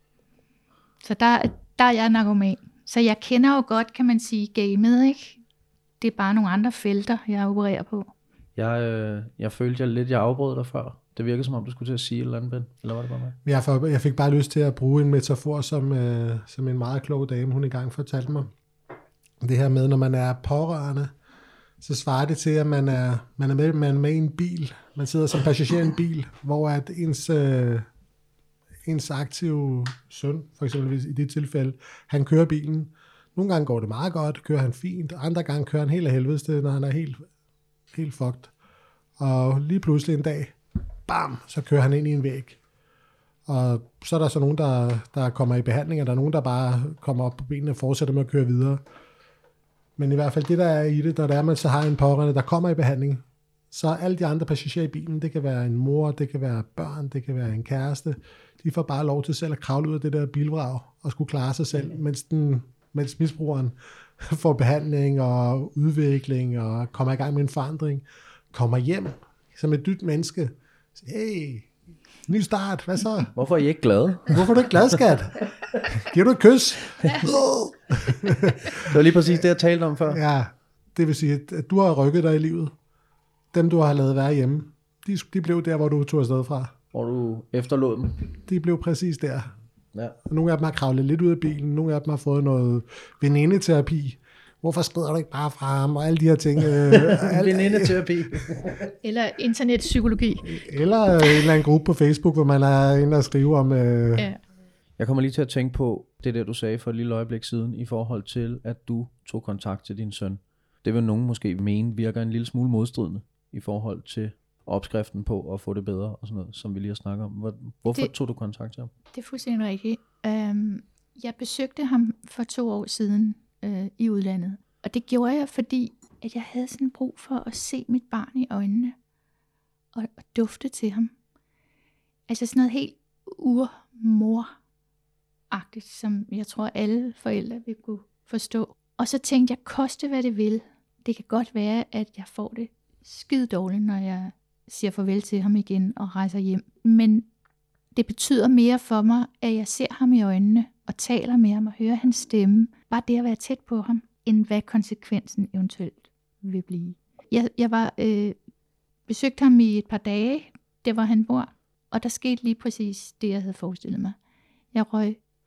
Så der er jeg narkoman. Så jeg kender jo godt, kan man sige, gamet, ikke? Det er bare nogle andre felter, jeg opererer på. Jeg følte jeg afbrød dig før. Det virker som om, du skulle til at sige et eller andet, Ben. Eller var det bare mig? Jeg fik bare lyst til at bruge en metafor, som en meget klog dame, hun engang fortalte mig. Det her med, når man er pårørende, så svarer det til, at man er med i en bil. Man sidder som passager i en bil, hvor at ens aktive søn, for eksempel i det tilfælde, han kører bilen. Nogle gange går det meget godt, kører han fint, andre gange kører han helt af helvede, når han er helt fucked. Og lige pludselig en dag, bam, så kører han ind i en væg. Og så er der så nogen, der kommer i behandling, og der er nogen, der bare kommer op på benene og fortsætter med at køre videre. Men i hvert fald det, der er i det, når det er, man så har en pårørende, der kommer i behandling, så alle de andre passagerer i bilen, det kan være en mor, det kan være børn, det kan være en kæreste, de får bare lov til selv at kravle ud af det der bilvrag og skulle klare sig selv, mens misbrugeren får behandling og udvikling og kommer i gang med en forandring, kommer hjem som et dybt menneske. Hey, ny start, hvad så? Hvorfor er I ikke glade? Hvorfor er du ikke glad, skat? Giver du et kys? Det var lige præcis det, jeg talte om før. Ja, det vil sige, at du har rykket dig i livet. Dem, du har lavet være hjemme, de blev der, hvor du tog afsted fra. Hvor du efterlod dem. De blev præcis der. Ja. Nogle af dem har kravlet lidt ud af bilen, nogle af dem har fået noget venindeterapi. Hvorfor skrider du ikke bare fra ham, og alle de her ting. Venindeterapi. Eller internetpsykologi. Eller en eller anden gruppe på Facebook, hvor man er inde og skrive om... Ja. Jeg kommer lige til at tænke på det der, du sagde for et lille øjeblik siden, i forhold til, at du tog kontakt til din søn. Det vil nogen måske mene virker en lille smule modstridende i forhold til opskriften på at få det bedre og sådan noget, som vi lige har snakket om. Hvorfor tog du kontakt til ham? Det er fuldstændig rigtigt. Jeg besøgte ham for 2 år siden i udlandet. Og det gjorde jeg, fordi at jeg havde sådan brug for at se mit barn i øjnene og dufte til ham. Altså sådan noget helt urmor-agtigt, som jeg tror alle forældre vil kunne forstå. Og så tænkte jeg, koste hvad det vil. Det kan godt være, at jeg får det skide dårligt, når jeg siger farvel til ham igen og rejser hjem. Men det betyder mere for mig, at jeg ser ham i øjnene og taler med ham og hører hans stemme. Bare det at være tæt på ham, end hvad konsekvensen eventuelt vil blive. Jeg var besøgt ham i et par dage, der hvor han bor, og der skete lige præcis det, jeg havde forestillet mig. Jeg røg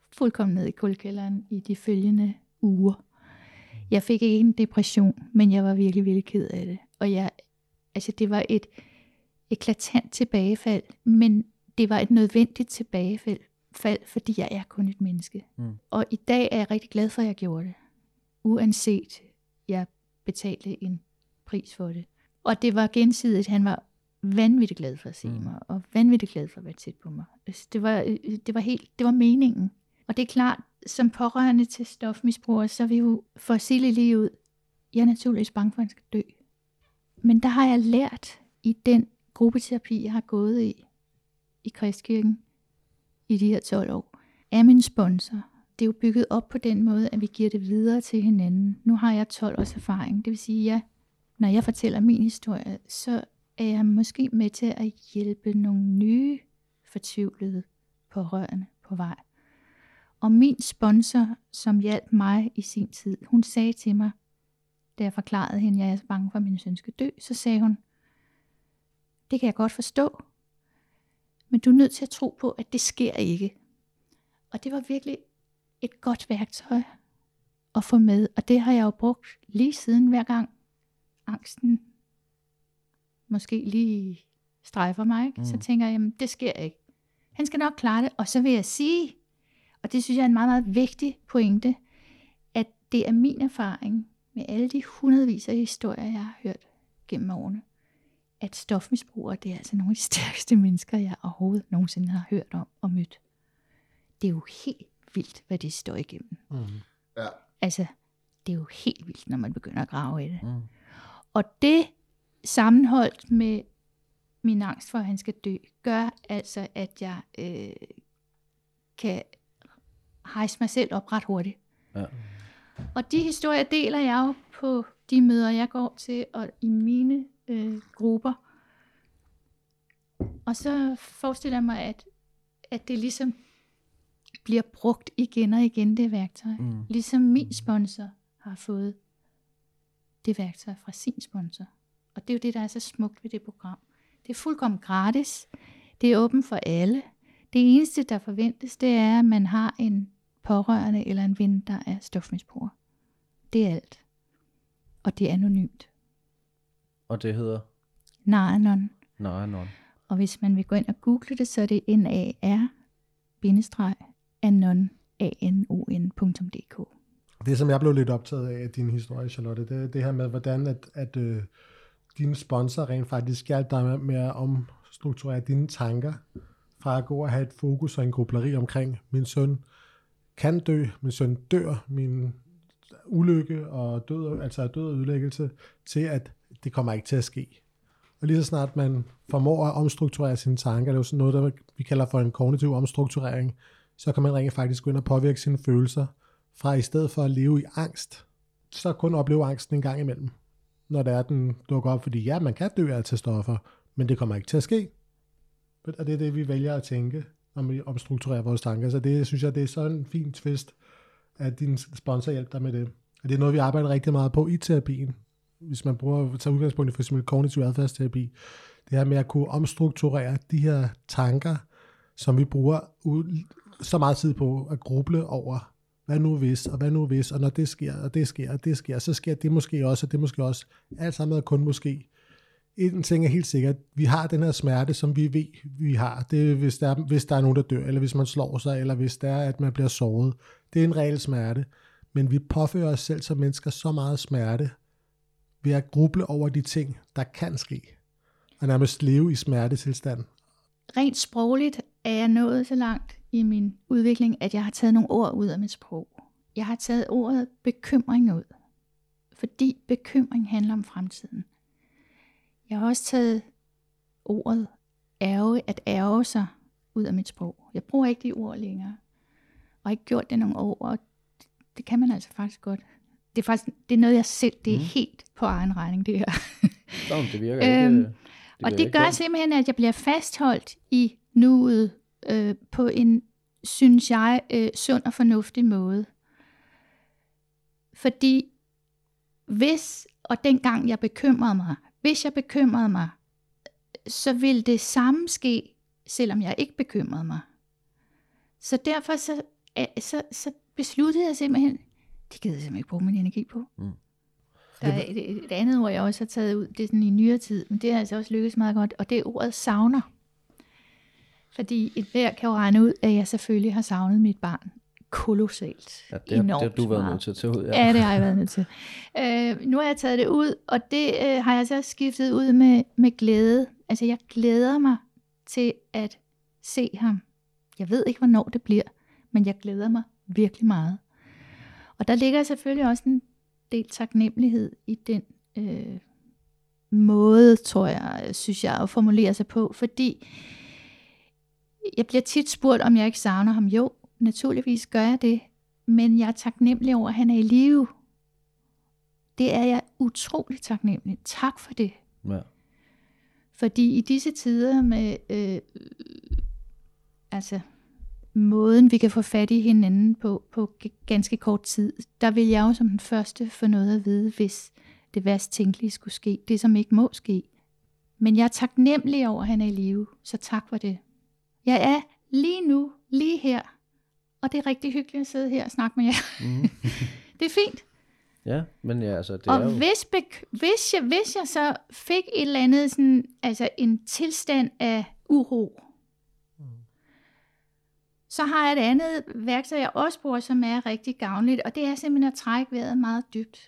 fuldkommen ned i kulkælderen i de følgende uger. Jeg fik ikke en depression, men jeg var virkelig, virkelig ked af det. Og det var et eklatant tilbagefald, men det var et nødvendigt tilbagefald, fordi jeg er kun et menneske. Og i dag er jeg rigtig glad for, at jeg gjorde det. Uanset jeg betalte en pris for det. Og det var gensidigt. Han var vanvittigt glad for at se mig, og vanvittigt glad for at være tæt på mig. Altså, det var meningen. Og det er klart, som pårørende til stofmisbrugere, så er vi jo, for at sige lige ud, jeg er naturligvis bange for, at han skal dø. Men der har jeg lært i den gruppeterapi, jeg har gået i Kristkirken i de her 12 år, af min sponsor. Det er jo bygget op på den måde, at vi giver det videre til hinanden. Nu har jeg 12 års erfaring. Det vil sige, at når jeg fortæller min historie, så er jeg måske med til at hjælpe nogle nye fortvivlede pårørende på vej. Og min sponsor, som hjalp mig i sin tid, hun sagde til mig, da jeg forklarede hende, at jeg er bange for, at min søn skal dø, så sagde hun, det kan jeg godt forstå, men du er nødt til at tro på, at det sker ikke. Og det var virkelig et godt værktøj at få med, og det har jeg jo brugt lige siden, hver gang angsten måske lige strejfer mig, ikke? Så tænker jeg, jamen det sker ikke. Han skal nok klare det, og så vil jeg sige, og det synes jeg er en meget, meget vigtig pointe, at det er min erfaring med alle de hundredvis af historier, jeg har hørt gennem årene, at stofmisbrugere, det er altså nogle af de stærkeste mennesker, jeg overhovedet nogensinde har hørt om og mødt. Det er jo helt vildt, hvad de står igennem. Ja. Altså, det er jo helt vildt, når man begynder at grave i det. Og det sammenholdt med min angst for, at han skal dø, gør altså, at jeg kan hejse mig selv op ret hurtigt. Ja. Og de historier deler jeg jo på de møder, jeg går til, og i mine grupper. Og så forestiller jeg mig, at det ligesom bliver brugt igen og igen, det værktøj. Ligesom min sponsor har fået det værktøj fra sin sponsor. Og det er jo det, der er så smukt ved det program. Det er fuldkommen gratis. Det er åbent for alle. Det eneste, der forventes, det er, at man har en pårørende eller en ven, der er stofmisbruger. Det er alt. Og det er anonymt. Og det hedder? Naranon. Naranon. Og hvis man vil gå ind og google det, så er det nar-anon.dk. Det, som jeg blev lidt optaget af din historie, Charlotte, det er det her med, hvordan at din sponsor rent faktisk hjalp dig med at omstrukturere dine tanker, fra at gå og have et fokus og en grubleri omkring, min søn kan dø, min søn dør, min ulykke og død, altså død og ødelæggelse, til at det kommer ikke til at ske. Og lige så snart man formår at omstrukturere sine tanker, det er jo sådan noget, der vi kalder for en kognitiv omstrukturering, så kan man rent faktisk gå ind og påvirke sine følelser, fra i stedet for at leve i angst, så kun opleve angsten en gang imellem, når det er, den dukker op, fordi ja, man kan dø af til stoffer, men det kommer ikke til at ske. Og det er det, vi vælger at tænke, når vi omstrukturerer vores tanker. Så det synes jeg, det er sådan en fin twist, at din sponsor hjælper dig med det. Og det er noget, vi arbejder rigtig meget på i terapien. Hvis man bruger at tage udgangspunkt i for eksempel kognitiv adfærdsterapi. Det her med at kunne omstrukturere de her tanker, som vi bruger så meget tid på at gruble over, hvad nu hvis, og når det sker, og det sker, og det sker, så sker det måske også, og det måske også. Alt sammen er kun måske. En ting er helt sikkert, vi har den her smerte, som vi ved, vi har. Det er, hvis der er nogen, der dør, eller hvis man slår sig, eller hvis det er, at man bliver såret. Det er en reel smerte. Men vi påfører os selv som mennesker så meget smerte, ved at gruble over de ting, der kan ske. Og nærmest leve i smertetilstand. Rent sprogligt er jeg nået så langt i min udvikling, at jeg har taget nogle ord ud af mit sprog. Jeg har taget ordet bekymring ud. Fordi bekymring handler om fremtiden. Jeg har også taget ordet at ærge sig ud af mit sprog. Jeg bruger ikke de ord længere. Og har ikke gjort det nogle år, og det kan man altså faktisk godt. Det er noget, jeg selv, det er helt på egen regning, det her. Det virker ikke. Og det gør simpelthen, at jeg bliver fastholdt i nuet på en, synes jeg, sund og fornuftig måde. Fordi hvis jeg bekymrede mig, så ville det samme ske, selvom jeg ikke bekymrede mig. Så derfor så så besluttede jeg simpelthen, det gider jeg simpelthen ikke bruge min energi på. Der er et andet ord, jeg også har taget ud, det er sådan i nyere tid, men det har altså også lykkes meget godt, og det er ordet savner. Fordi et hver kan jo regne ud, at jeg selvfølgelig har savnet mit barn kolossalt. Ja, det har du været nødt til at tage ud. Ja, det har jeg været nødt til. Nu har jeg taget det ud, og det har jeg så skiftet ud med glæde. Altså jeg glæder mig til at se ham. Jeg ved ikke, hvornår det bliver, men jeg glæder mig virkelig meget. Og der ligger selvfølgelig også en del taknemmelighed i den måde, tror jeg, synes jeg, at formulere sig på. Fordi jeg bliver tit spurgt, om jeg ikke savner ham. Jo, naturligvis gør jeg det, men jeg er taknemmelig over, at han er i live. Det er jeg utroligt taknemmelig. Tak for det. Ja. Fordi i disse tider med måden, vi kan få fat i hinanden på ganske kort tid, der vil jeg jo som den første få noget at vide, hvis det værst tænkelige skulle ske. Det, som ikke må ske. Men jeg er taknemmelig over, at han er i live, så tak for det. Jeg er lige nu, lige her, og det er rigtig hyggeligt at sidde her og snakke med jer. Det er fint. Ja, men ja, altså det og er jo... hvis jeg så fik et eller andet, sådan, altså en tilstand af uro, så har jeg et andet værktøj, jeg også bruger, som er rigtig gavnligt, og det er simpelthen at trække vejret meget dybt.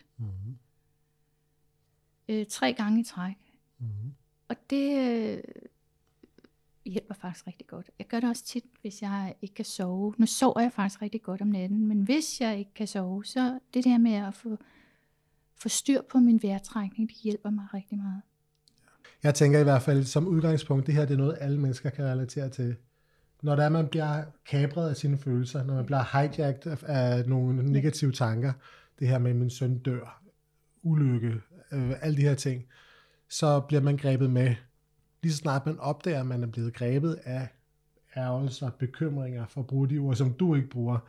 3 gange i træk. Og det hjælper faktisk rigtig godt. Jeg gør det også tit, hvis jeg ikke kan sove. Nu sover jeg faktisk rigtig godt om natten, men hvis jeg ikke kan sove, så det der med at få styr på min vejrtrækning, det hjælper mig rigtig meget. Jeg tænker i hvert fald som udgangspunkt, det her det er noget, alle mennesker kan relatere til. Når der man bliver kapret af sine følelser, når man bliver hijacket af nogle negative tanker, det her med, min søn dør, ulykke, alle de her ting, så bliver man grebet med. Lige så snart man opdager, at man er blevet grebet af ærgelser, bekymringer, for at bruge de ord, som du ikke bruger,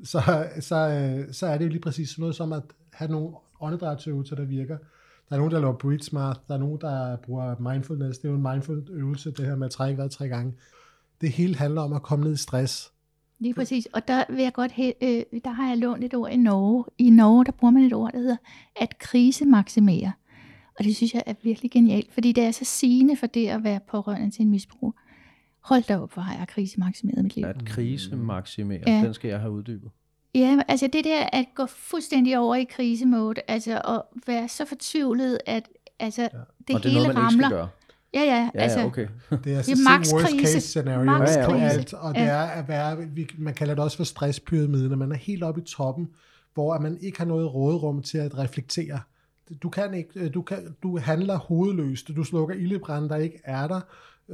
så er det jo lige præcis sådan noget som at have nogle åndedrætsøvelser, der virker. Der er nogen, der laver breathe smart, der er nogen, der bruger mindfulness, det er jo en mindful øvelse, det her med at trække vejret 3 gange. Det hele handler om at komme ned i stress. Lige præcis, og der vil jeg godt der har jeg lånt et ord i Norge. I Norge, der bruger man et ord, der hedder at krisemaksimere. Og det synes jeg er virkelig genialt, fordi det er så sigende for det at være pårørende til en misbrug. Hold da op, hvor har jeg krisemaksimeret mit liv. At krisemaksimere, ja. Den skal jeg have uddybet. Ja, altså det der at gå fuldstændig over i krisemode, altså at være så fortvivlet, at altså, det hele ramler. Og det er noget, man ikke skal gøre. Ja, altså, okay. Det er altså worst case scenario på alt, og det er at være, man kalder det også for stresspyramiden, når man er helt oppe i toppen, hvor man ikke har noget råderum til at reflektere. Du kan ikke, du handler hovedløst, du slukker ildebrand, der ikke er der,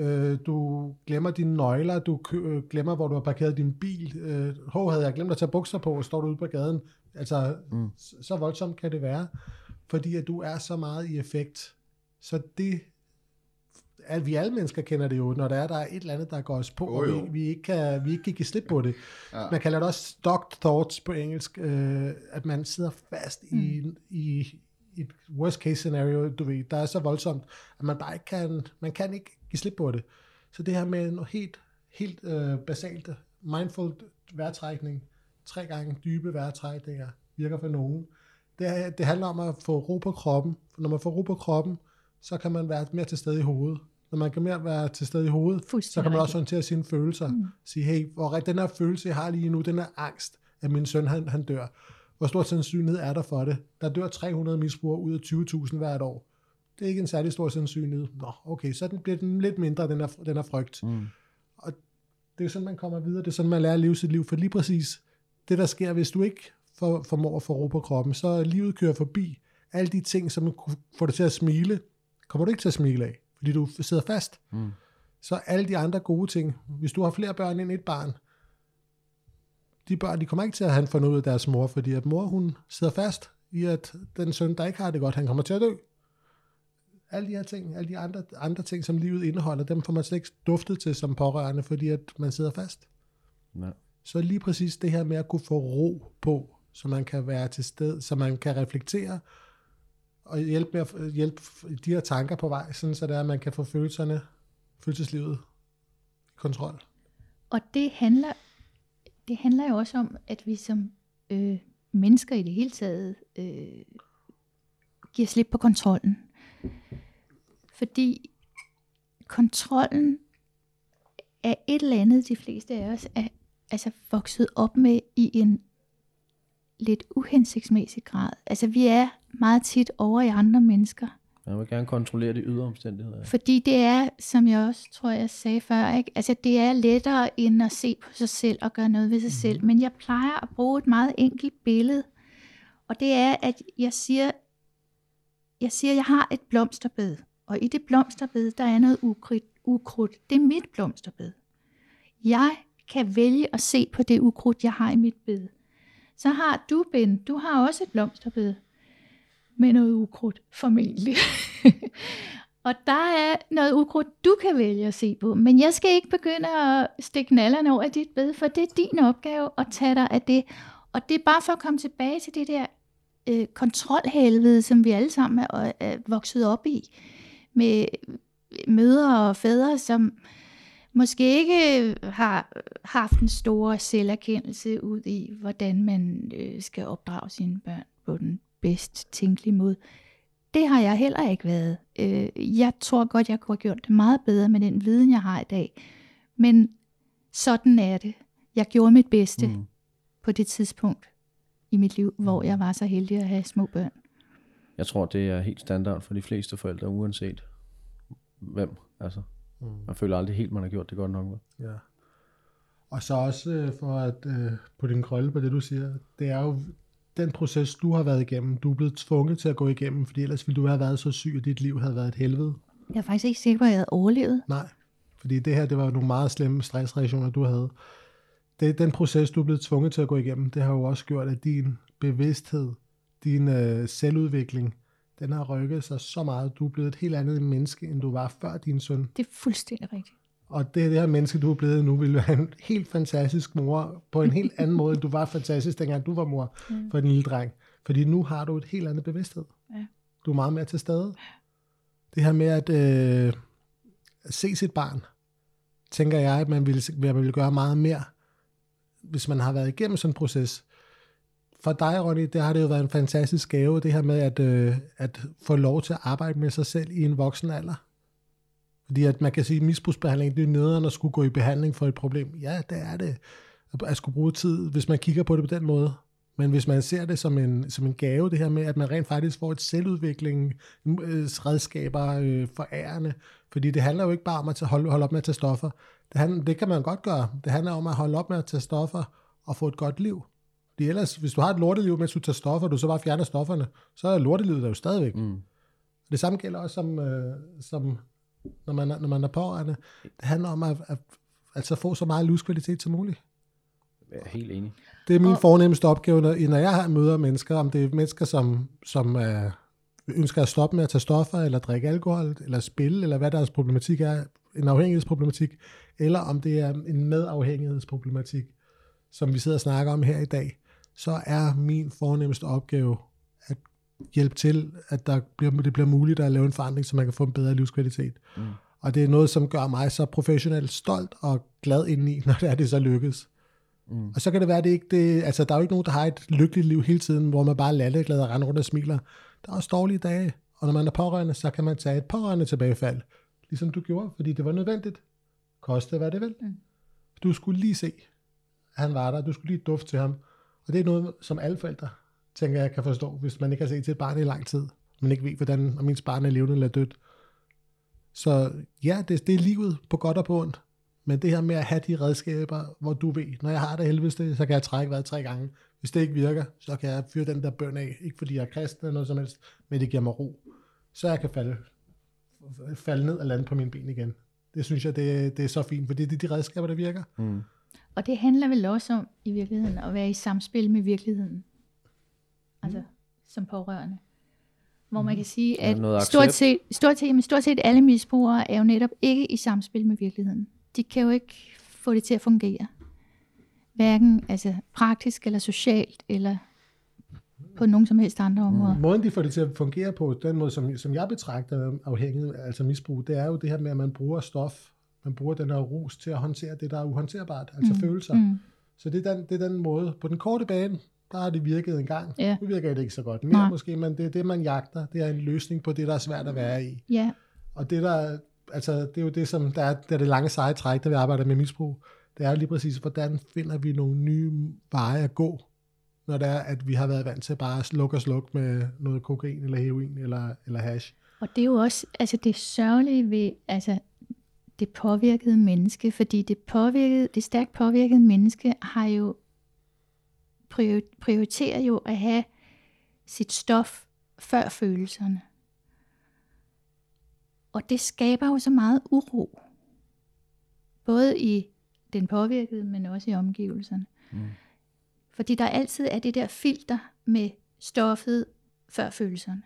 du glemmer dine nøgler, du glemmer, hvor du har parkeret din bil, havde jeg glemt at tage bukser på, og står du ude på gaden, altså så voldsomt kan det være, fordi at du er så meget i effekt, så det at vi alle mennesker kender det jo, når der er et eller andet, der går os på, og vi ikke kan give slip på det. Ja. Man kalder det også stuck thoughts på engelsk, at man sidder fast i et worst case scenario, du ved, der er så voldsomt, at man bare ikke kan ikke give slip på det. Så det her med noget helt basalt, mindful vejrtrækning, 3 gange dybe vejrtrækninger, virker for nogen. Det handler om at få ro på kroppen. Når man får ro på kroppen, så kan man være mere til stede i hovedet. Når man kan mere være til stede i hovedet, så kan man også håndtere sine følelser. Sige, hey, den her følelse, jeg har lige nu, den er angst, at min søn han dør. Hvor stor sandsynlighed er der for det? Der dør 300 misbrugere ud af 20.000 hvert år. Det er ikke en særlig stor sandsynlighed. Nå, okay, så bliver den lidt mindre, den er frygt. Og det er sådan, man kommer videre. Det er sådan, man lærer at leve sit liv. For lige præcis det, der sker, hvis du ikke formår at få ro på kroppen, så livet kører forbi. Alle de ting, som får dig til at smile, kommer du ikke til at smile af, fordi du sidder fast. Så alle de andre gode ting, hvis du har flere børn end et barn, de børn, de kommer ikke til at have fundet ud af deres mor, fordi at mor, hun sidder fast i, at den søn, der ikke har det godt, han kommer til at dø. Alle de her ting, alle de andre ting, som livet indeholder, dem får man slet ikke duftet til som pårørende, fordi at man sidder fast. Nej. Så lige præcis det her med at kunne få ro på, så man kan være til stede, så man kan reflektere, og hjælpe de her tanker på vej, sådan så det er, at man kan få følelseslivet i kontrol. Og det det handler jo også om, at vi som mennesker i det hele taget giver slip på kontrollen. Fordi kontrollen er et eller andet, de fleste af os er altså vokset op med i en lidt uhensigtsmæssig grad. Altså vi er meget tit over i andre mennesker. Jeg vil gerne kontrollere de ydre omstændigheder. Fordi det er, som jeg også tror, jeg sagde før, ikke? Altså det er lettere end at se på sig selv og gøre noget ved sig selv. Men jeg plejer at bruge et meget enkelt billede. Og det er, at jeg siger, jeg har et blomsterbed. Og i det blomsterbed, der er noget ukrudt. Det er mit blomsterbed. Jeg kan vælge at se på det ukrudt, jeg har i mit bed. Så har du, Ben, du har også et blomsterbed med noget ukrudt, formentlig. Og der er noget ukrudt, du kan vælge at se på. Men jeg skal ikke begynde at stikke nallerne over i dit bed, for det er din opgave at tage dig af det. Og det er bare for at komme tilbage til det der kontrolhelvede, som vi alle sammen er vokset op i. Med mødre og fædre, som måske ikke har haft en stor selverkendelse ud i, hvordan man skal opdrage sine børn på den bedst tænkelige måde. Det har jeg heller ikke været. Jeg tror godt, jeg kunne have gjort det meget bedre med den viden, jeg har i dag. Men sådan er det. Jeg gjorde mit bedste på det tidspunkt i mit liv, hvor jeg var så heldig at have små børn. Jeg tror, det er helt standard for de fleste forældre, uanset hvem. Altså, man føler aldrig helt, man har gjort det godt nok med. Ja. Og så også for at på din krølle på det, du siger, det er jo den proces, du har været igennem. Du er blevet tvunget til at gå igennem, fordi ellers ville du have været så syg, at dit liv havde været et helvede. Jeg er faktisk ikke sikker på, at jeg havde overlevet. Nej, fordi det her, det var nogle meget slemme stressreaktioner, du havde. Den proces, du er blevet tvunget til at gå igennem, det har jo også gjort, at din bevidsthed, din selvudvikling, den har rykket sig så meget. Du er blevet et helt andet menneske, end du var før din søn. Det er fuldstændig rigtigt. Og det her menneske, du er blevet nu, vil være en helt fantastisk mor, på en helt anden måde, end du var fantastisk, dengang du var mor for en lille dreng. Fordi nu har du et helt andet bevidsthed. Ja. Du er meget mere til stede. Det her med at se sit barn, tænker jeg, at man vil gøre meget mere, hvis man har været igennem sådan en proces. For dig, Ronny, det har det jo været en fantastisk gave, det her med at få lov til at arbejde med sig selv i en voksen alder. Fordi at man kan sige, at misbrugsbehandling, det er nederen at skulle gå i behandling for et problem. Ja, det er det. At skulle bruge tid, hvis man kigger på det på den måde. Men hvis man ser det som en gave, det her med, at man rent faktisk får et selvudviklingsredskaber forærende. Fordi det handler jo ikke bare om at holde op med at tage stoffer. Det kan man godt gøre. Det handler om at holde op med at tage stoffer og få et godt liv. Fordi ellers, hvis du har et lorteliv, mens du tager stoffer, og du så bare fjerner stofferne, så er lortelivet der jo stadigvæk. Det samme gælder også som når man er pårørende. Det handler om at få så meget livskvalitet som muligt. Jeg er helt enig. Det er min fornemmeste opgave, når jeg møder mennesker, om det er mennesker, som ønsker at stoppe med at tage stoffer, eller drikke alkohol, eller spille, eller hvad deres problematik er, en afhængighedsproblematik, eller om det er en medafhængighedsproblematik, som vi sidder og snakker om her i dag, så er min fornemmeste opgave at hjælpe til, at det bliver muligt at lave en forandring, så man kan få en bedre livskvalitet. Og det er noget, som gør mig så professionelt stolt og glad indeni, når det så lykkes. Og så kan det være, det ikke altså der er jo ikke nogen, der har et lykkeligt liv hele tiden, hvor man bare lader glad og render rundt og smiler. Der er også dårlige dage, og når man er pårørende, så kan man tage et pårørende tilbagefald, ligesom du gjorde, fordi det var nødvendigt. Koste hvad det vil. Du skulle lige se, at han var der, du skulle lige dufte til ham. Og det er noget, som alle forældre, tænker jeg, kan forstå, hvis man ikke har set til et barn i lang tid, man ikke ved, hvordan om ens barn er levende eller dødt. Så ja, det er livet på godt og på ondt. Men det her med at have de redskaber, hvor du ved, når jeg har det helvede, så kan jeg trække vejret 3 gange. Hvis det ikke virker, så kan jeg fyre den der bøn af. Ikke fordi jeg er kristen eller noget som helst, men det giver mig ro. Så jeg kan falde ned og lande på mine ben igen. Det synes jeg, det er så fint, for det er de redskaber, der virker. Og det handler vel også om i virkeligheden at være i samspil med virkeligheden. Altså som pårørende. Hvor man kan sige, at stort set alle misbrugere er jo netop ikke i samspil med virkeligheden. De kan jo ikke få det til at fungere. Hverken altså praktisk eller socialt, eller på nogen som helst andre områder. Måden de får det til at fungere på, den måde som jeg betragter afhængighed, altså misbrug, det er jo det her med, at man bruger stof, man bruger den her rus til at håndtere det, der er uhåndterbart, altså følelser. Så det er den måde. På den korte bane, der har det virket en gang. Ja. Nu virker det ikke så godt mere Nej. måske, men det er det, man jagter. Det er en løsning på det, der er svært at være i. Ja, Og det er jo det, som der er det lange seje træk, der vi arbejder med misbrug. Det er lige præcis, hvordan finder vi nogle nye veje at gå, når det er, at vi har været vant til bare at slukke og med noget kokain eller heroin eller hash. og det er jo også det sørgelige ved det påvirkede menneske, fordi det stærkt påvirkede menneske har jo prioriterer jo at have sit stof før følelserne. Og det skaber jo så meget uro. Både i den påvirkede, men også i omgivelserne. Fordi der altid er det der filter med stoffet før følelserne.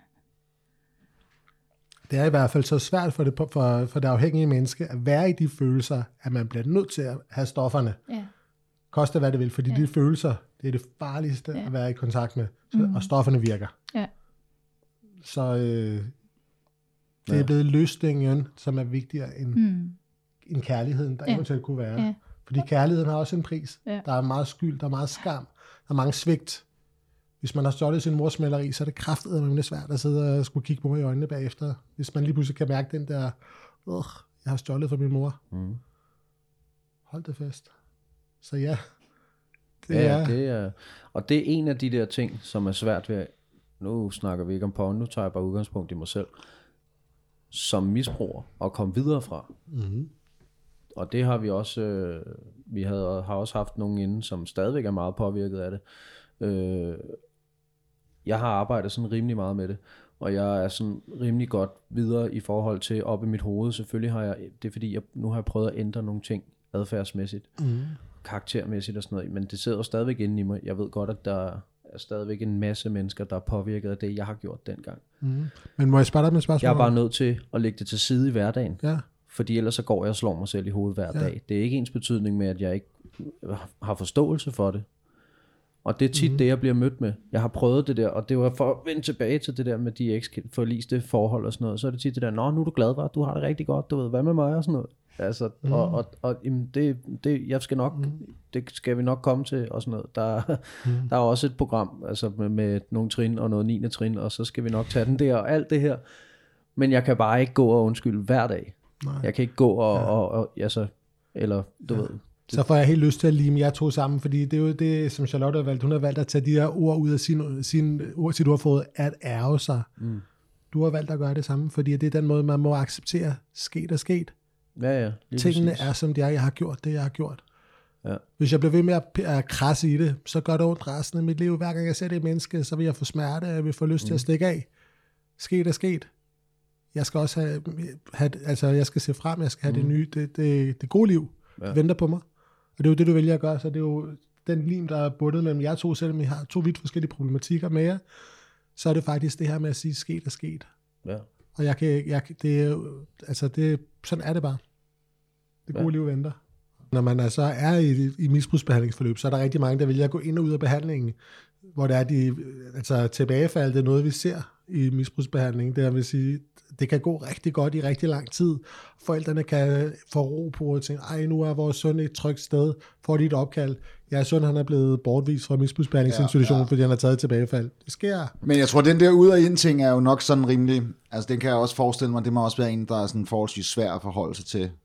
Det er i hvert fald så svært for det afhængige menneske at være i de følelser, at man bliver nødt til at have stofferne. Ja. Koste hvad det vil, fordi de følelser, det er det farligste at være i kontakt med, og stofferne virker. Ja. Så det er blevet løsningen, som er vigtigere end kærligheden, der eventuelt kunne være. Ja. Fordi kærligheden har også en pris. Ja. Der er meget skyld, der er meget skam, der er mange svigt. Hvis man har stjålet sin mors maleri, så er det kraftedeme svært at sidde og skulle kigge mor i øjnene bagefter. Hvis man lige pludselig kan mærke den der, jeg har stjålet for min mor. Hold det fast. Så ja. Det er, og det er en af de der ting, som er svært ved, nu snakker vi ikke om porn, nu tager jeg bare udgangspunkt i mig selv, som misbruger og komme videre fra. Og det har vi også, vi har også haft nogen inden, som stadigvæk er meget påvirket af det. Jeg har arbejdet sådan rimelig meget med det, og jeg er sådan rimelig godt videre i forhold til op i mit hoved. Selvfølgelig har jeg, det er fordi, nu har jeg prøvet at ændre nogle ting adfærdsmæssigt, karaktermæssigt og sådan noget, men det sidder jo stadigvæk inde i mig. Jeg ved godt, at der er stadigvæk en masse mennesker, der er påvirket af det, jeg har gjort dengang. Men må jeg spørge dig med et spørgsmål? Jeg er bare nødt til at lægge det til side i hverdagen. Ja. Fordi ellers så går jeg og slår mig selv i hovedet hver dag. Det er ikke ens betydning med, at jeg ikke har forståelse for det. Og det er tit det, jeg bliver mødt med. Jeg har prøvet det der, og det var for at vende tilbage til det der med de forliste forhold og sådan noget. Så er det tit det der, nu er du glad, var, du har det rigtig godt, du ved, hvad med mig og sådan noget. Altså, og jamen, jeg skal nok, det skal vi nok komme til og sådan noget. Der er også et program, altså med nogle trin og noget 9. trin, og så skal vi nok tage den der og alt det her. Men jeg kan bare ikke gå og undskylde hver dag. Nej. Jeg kan ikke gå og eller du ved. Så får jeg helt lyst til at lime jer to sammen, fordi det er jo det, som Charlotte har valgt. Hun har valgt at tage de her ord ud af sit ordforråd, at ærge sig. Du har valgt at gøre det samme, fordi det er den måde, man må acceptere sket og sket. Ja. Tingene er, som de er. Jeg har gjort det, jeg har gjort. Ja. Hvis jeg bliver ved med at krasse i det, så gør det ondt resten af mit liv. Hver gang jeg ser det menneske, så vil jeg få smerte, jeg vil få lyst til at stikke af. Sket er sket. Jeg skal også have jeg skal se frem, jeg skal have det nye, det gode liv, det venter på mig. Og det er jo det, du vælger at gøre, så det er jo den lim, der er bundet mellem jer to, selvom I har to vidt forskellige problematikker med jer, så er det faktisk det her med at sige, sket er sket. Ja. Og sådan er det bare. Det gode liv venter. Når man altså er i misbrugsbehandlingsforløb, så er der rigtig mange, der vælger at gå ind og ud af behandlingen, hvor det er tilbagefald, det er noget, vi ser i misbrugsbehandling. Det vil sige, det kan gå rigtig godt i rigtig lang tid. Forældrene kan få ro på og tænke, nu er vores søn et trygt sted, får de et opkald. Jeres søn, han er blevet bortvist fra misbrugsbehandlingsinstitutionen, fordi han har taget tilbagefald. Det sker. Men jeg tror, den der ud og ind ting er jo nok sådan rimelig, altså den kan jeg også forestille mig, det må også være en, der er sådan forholdsvis svær at forholde sig til.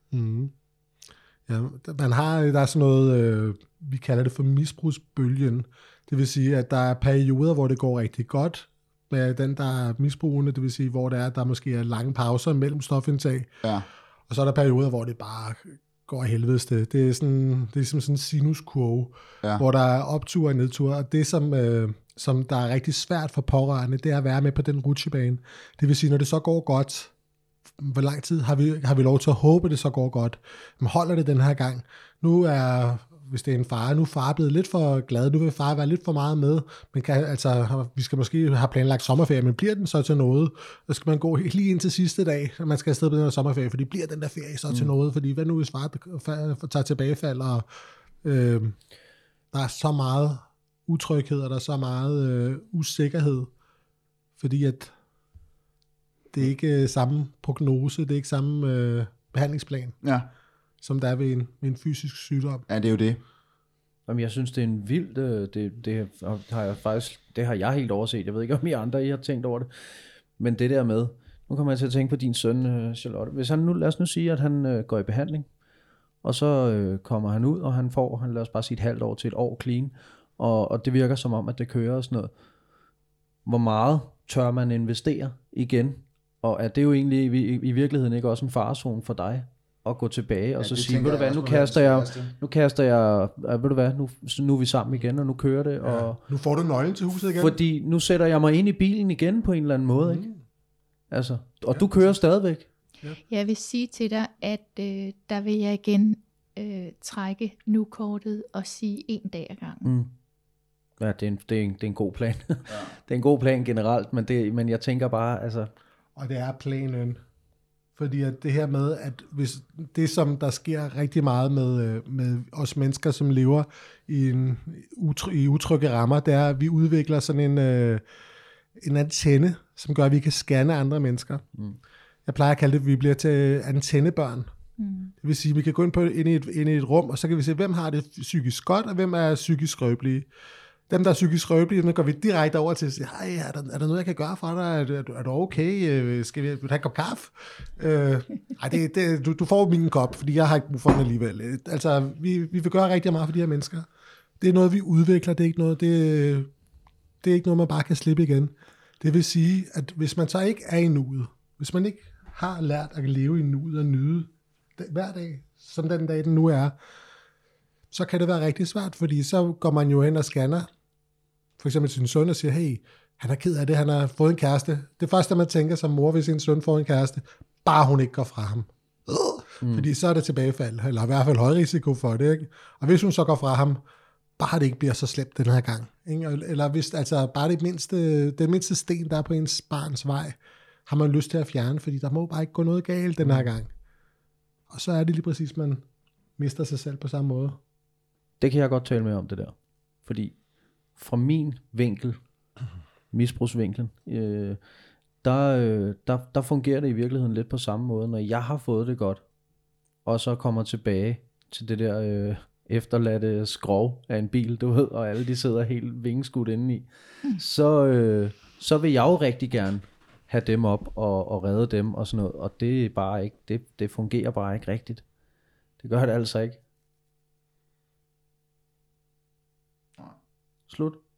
Ja, der er sådan noget, vi kalder det for misbrugsbølgen. Det vil sige, at der er perioder, hvor det går rigtig godt med den, der er misbrugende. Det vil sige, hvor der måske er lange pauser mellem stofindtag. Ja. Og så er der perioder, hvor det bare går af helvedes det. Det er ligesom sådan en sinuskurve, hvor der er optur og nedtur. Og det, som der er rigtig svært for pårørende, det er at være med på den rutsjebane. Det vil sige, når det så går godt, hvor lang tid har vi lov til at håbe, at det så går godt? Men holder det den her gang? Hvis det er en far, nu er far blevet lidt for glad, nu vil far være lidt for meget med, men vi skal måske have planlagt sommerferie, men bliver den så til noget? Så skal man gå lige ind til sidste dag, og man skal afsted på den her sommerferie, fordi bliver den der ferie så til noget? Fordi hvad nu, hvis far tager tilbagefald, og der er så meget utryghed, og der er så meget usikkerhed, fordi at det er ikke samme prognose, det er ikke samme behandlingsplan. Ja. Som der er ved en fysisk sygdom. Ja, det er jo det. Jamen, jeg synes, det er en vild... Det har jeg helt overset. Jeg ved ikke, om I andre I har tænkt over det. Men det der med... Nu kommer jeg til at tænke på din søn, Charlotte. Hvis han nu, lad os nu sige, at han går i behandling, og så kommer han ud, og han lad os bare sige et halvt år til et år clean, og det virker som om, at det kører og sådan noget. Hvor meget tør man investere igen? Og er det jo egentlig i virkeligheden ikke også en farezone for dig? At gå tilbage og så sige, ved du hvad, nu kaster jeg, ved du hvad, nu er vi sammen igen, og nu kører det. Og nu får du nøglen til huset igen. Fordi nu sætter jeg mig ind i bilen igen på en eller anden måde, ikke? Altså, og du kører stadigvæk. Jeg vil sige til dig, at der vil jeg igen trække nu-kortet og sige en dag ad gangen. Ja, det er en god plan. Det er en god plan generelt, men jeg tænker bare, altså... Og det er planen. Fordi at det her med, at hvis det som der sker rigtig meget med os mennesker, som lever i utrygge rammer, det er, at vi udvikler sådan en antenne, som gør, at vi kan scanne andre mennesker. Jeg plejer at kalde det, at vi bliver til antennebørn. Det vil sige, at vi kan gå ind i et rum, og så kan vi se, hvem har det psykisk godt, og hvem er psykisk skrøbelige. Dem, der er psykisk skrøbelige, så går vi direkte over til at sige, hej, er der noget, jeg kan gøre for dig? Er du okay? Skal vi have en kop kaffe? Du får min kop, fordi jeg har ikke brug for den alligevel. Altså, vi vil gøre rigtig meget for de her mennesker. Det er noget, vi udvikler. Det er ikke noget, man bare kan slippe igen. Det vil sige, at hvis man så ikke er i nuet, hvis man ikke har lært at leve i nuet og nyde hver dag, som den dag, den nu er, så kan det være rigtig svært, fordi så går man jo hen og scanner for eksempel sin søn og siger, hey, han er ked af det, han har fået en kæreste. Det første, man tænker som mor, hvis sin søn får en kæreste, bare hun ikke går fra ham. Fordi så er det tilbagefald, eller i hvert fald høj risiko for det, ikke? Og hvis hun så går fra ham, bare det ikke bliver så slemt den her gang. Ikke? Eller hvis altså bare det mindste sten, der er på ens barns vej, har man lyst til at fjerne, fordi der må bare ikke gå noget galt den her gang. Og så er det lige præcis, man mister sig selv på samme måde. Det kan jeg godt tale med om, det der. Fordi fra min vinkel, misbrugsvinklen, der fungerer det i virkeligheden lidt på samme måde, når jeg har fået det godt, og så kommer tilbage til det der efterladte skrov af en bil, du ved, og alle de sidder helt vingeskudt indeni, så vil jeg jo rigtig gerne have dem op og redde dem og sådan noget, og det er bare ikke, det fungerer bare ikke rigtigt. Det gør det altså ikke. Slut.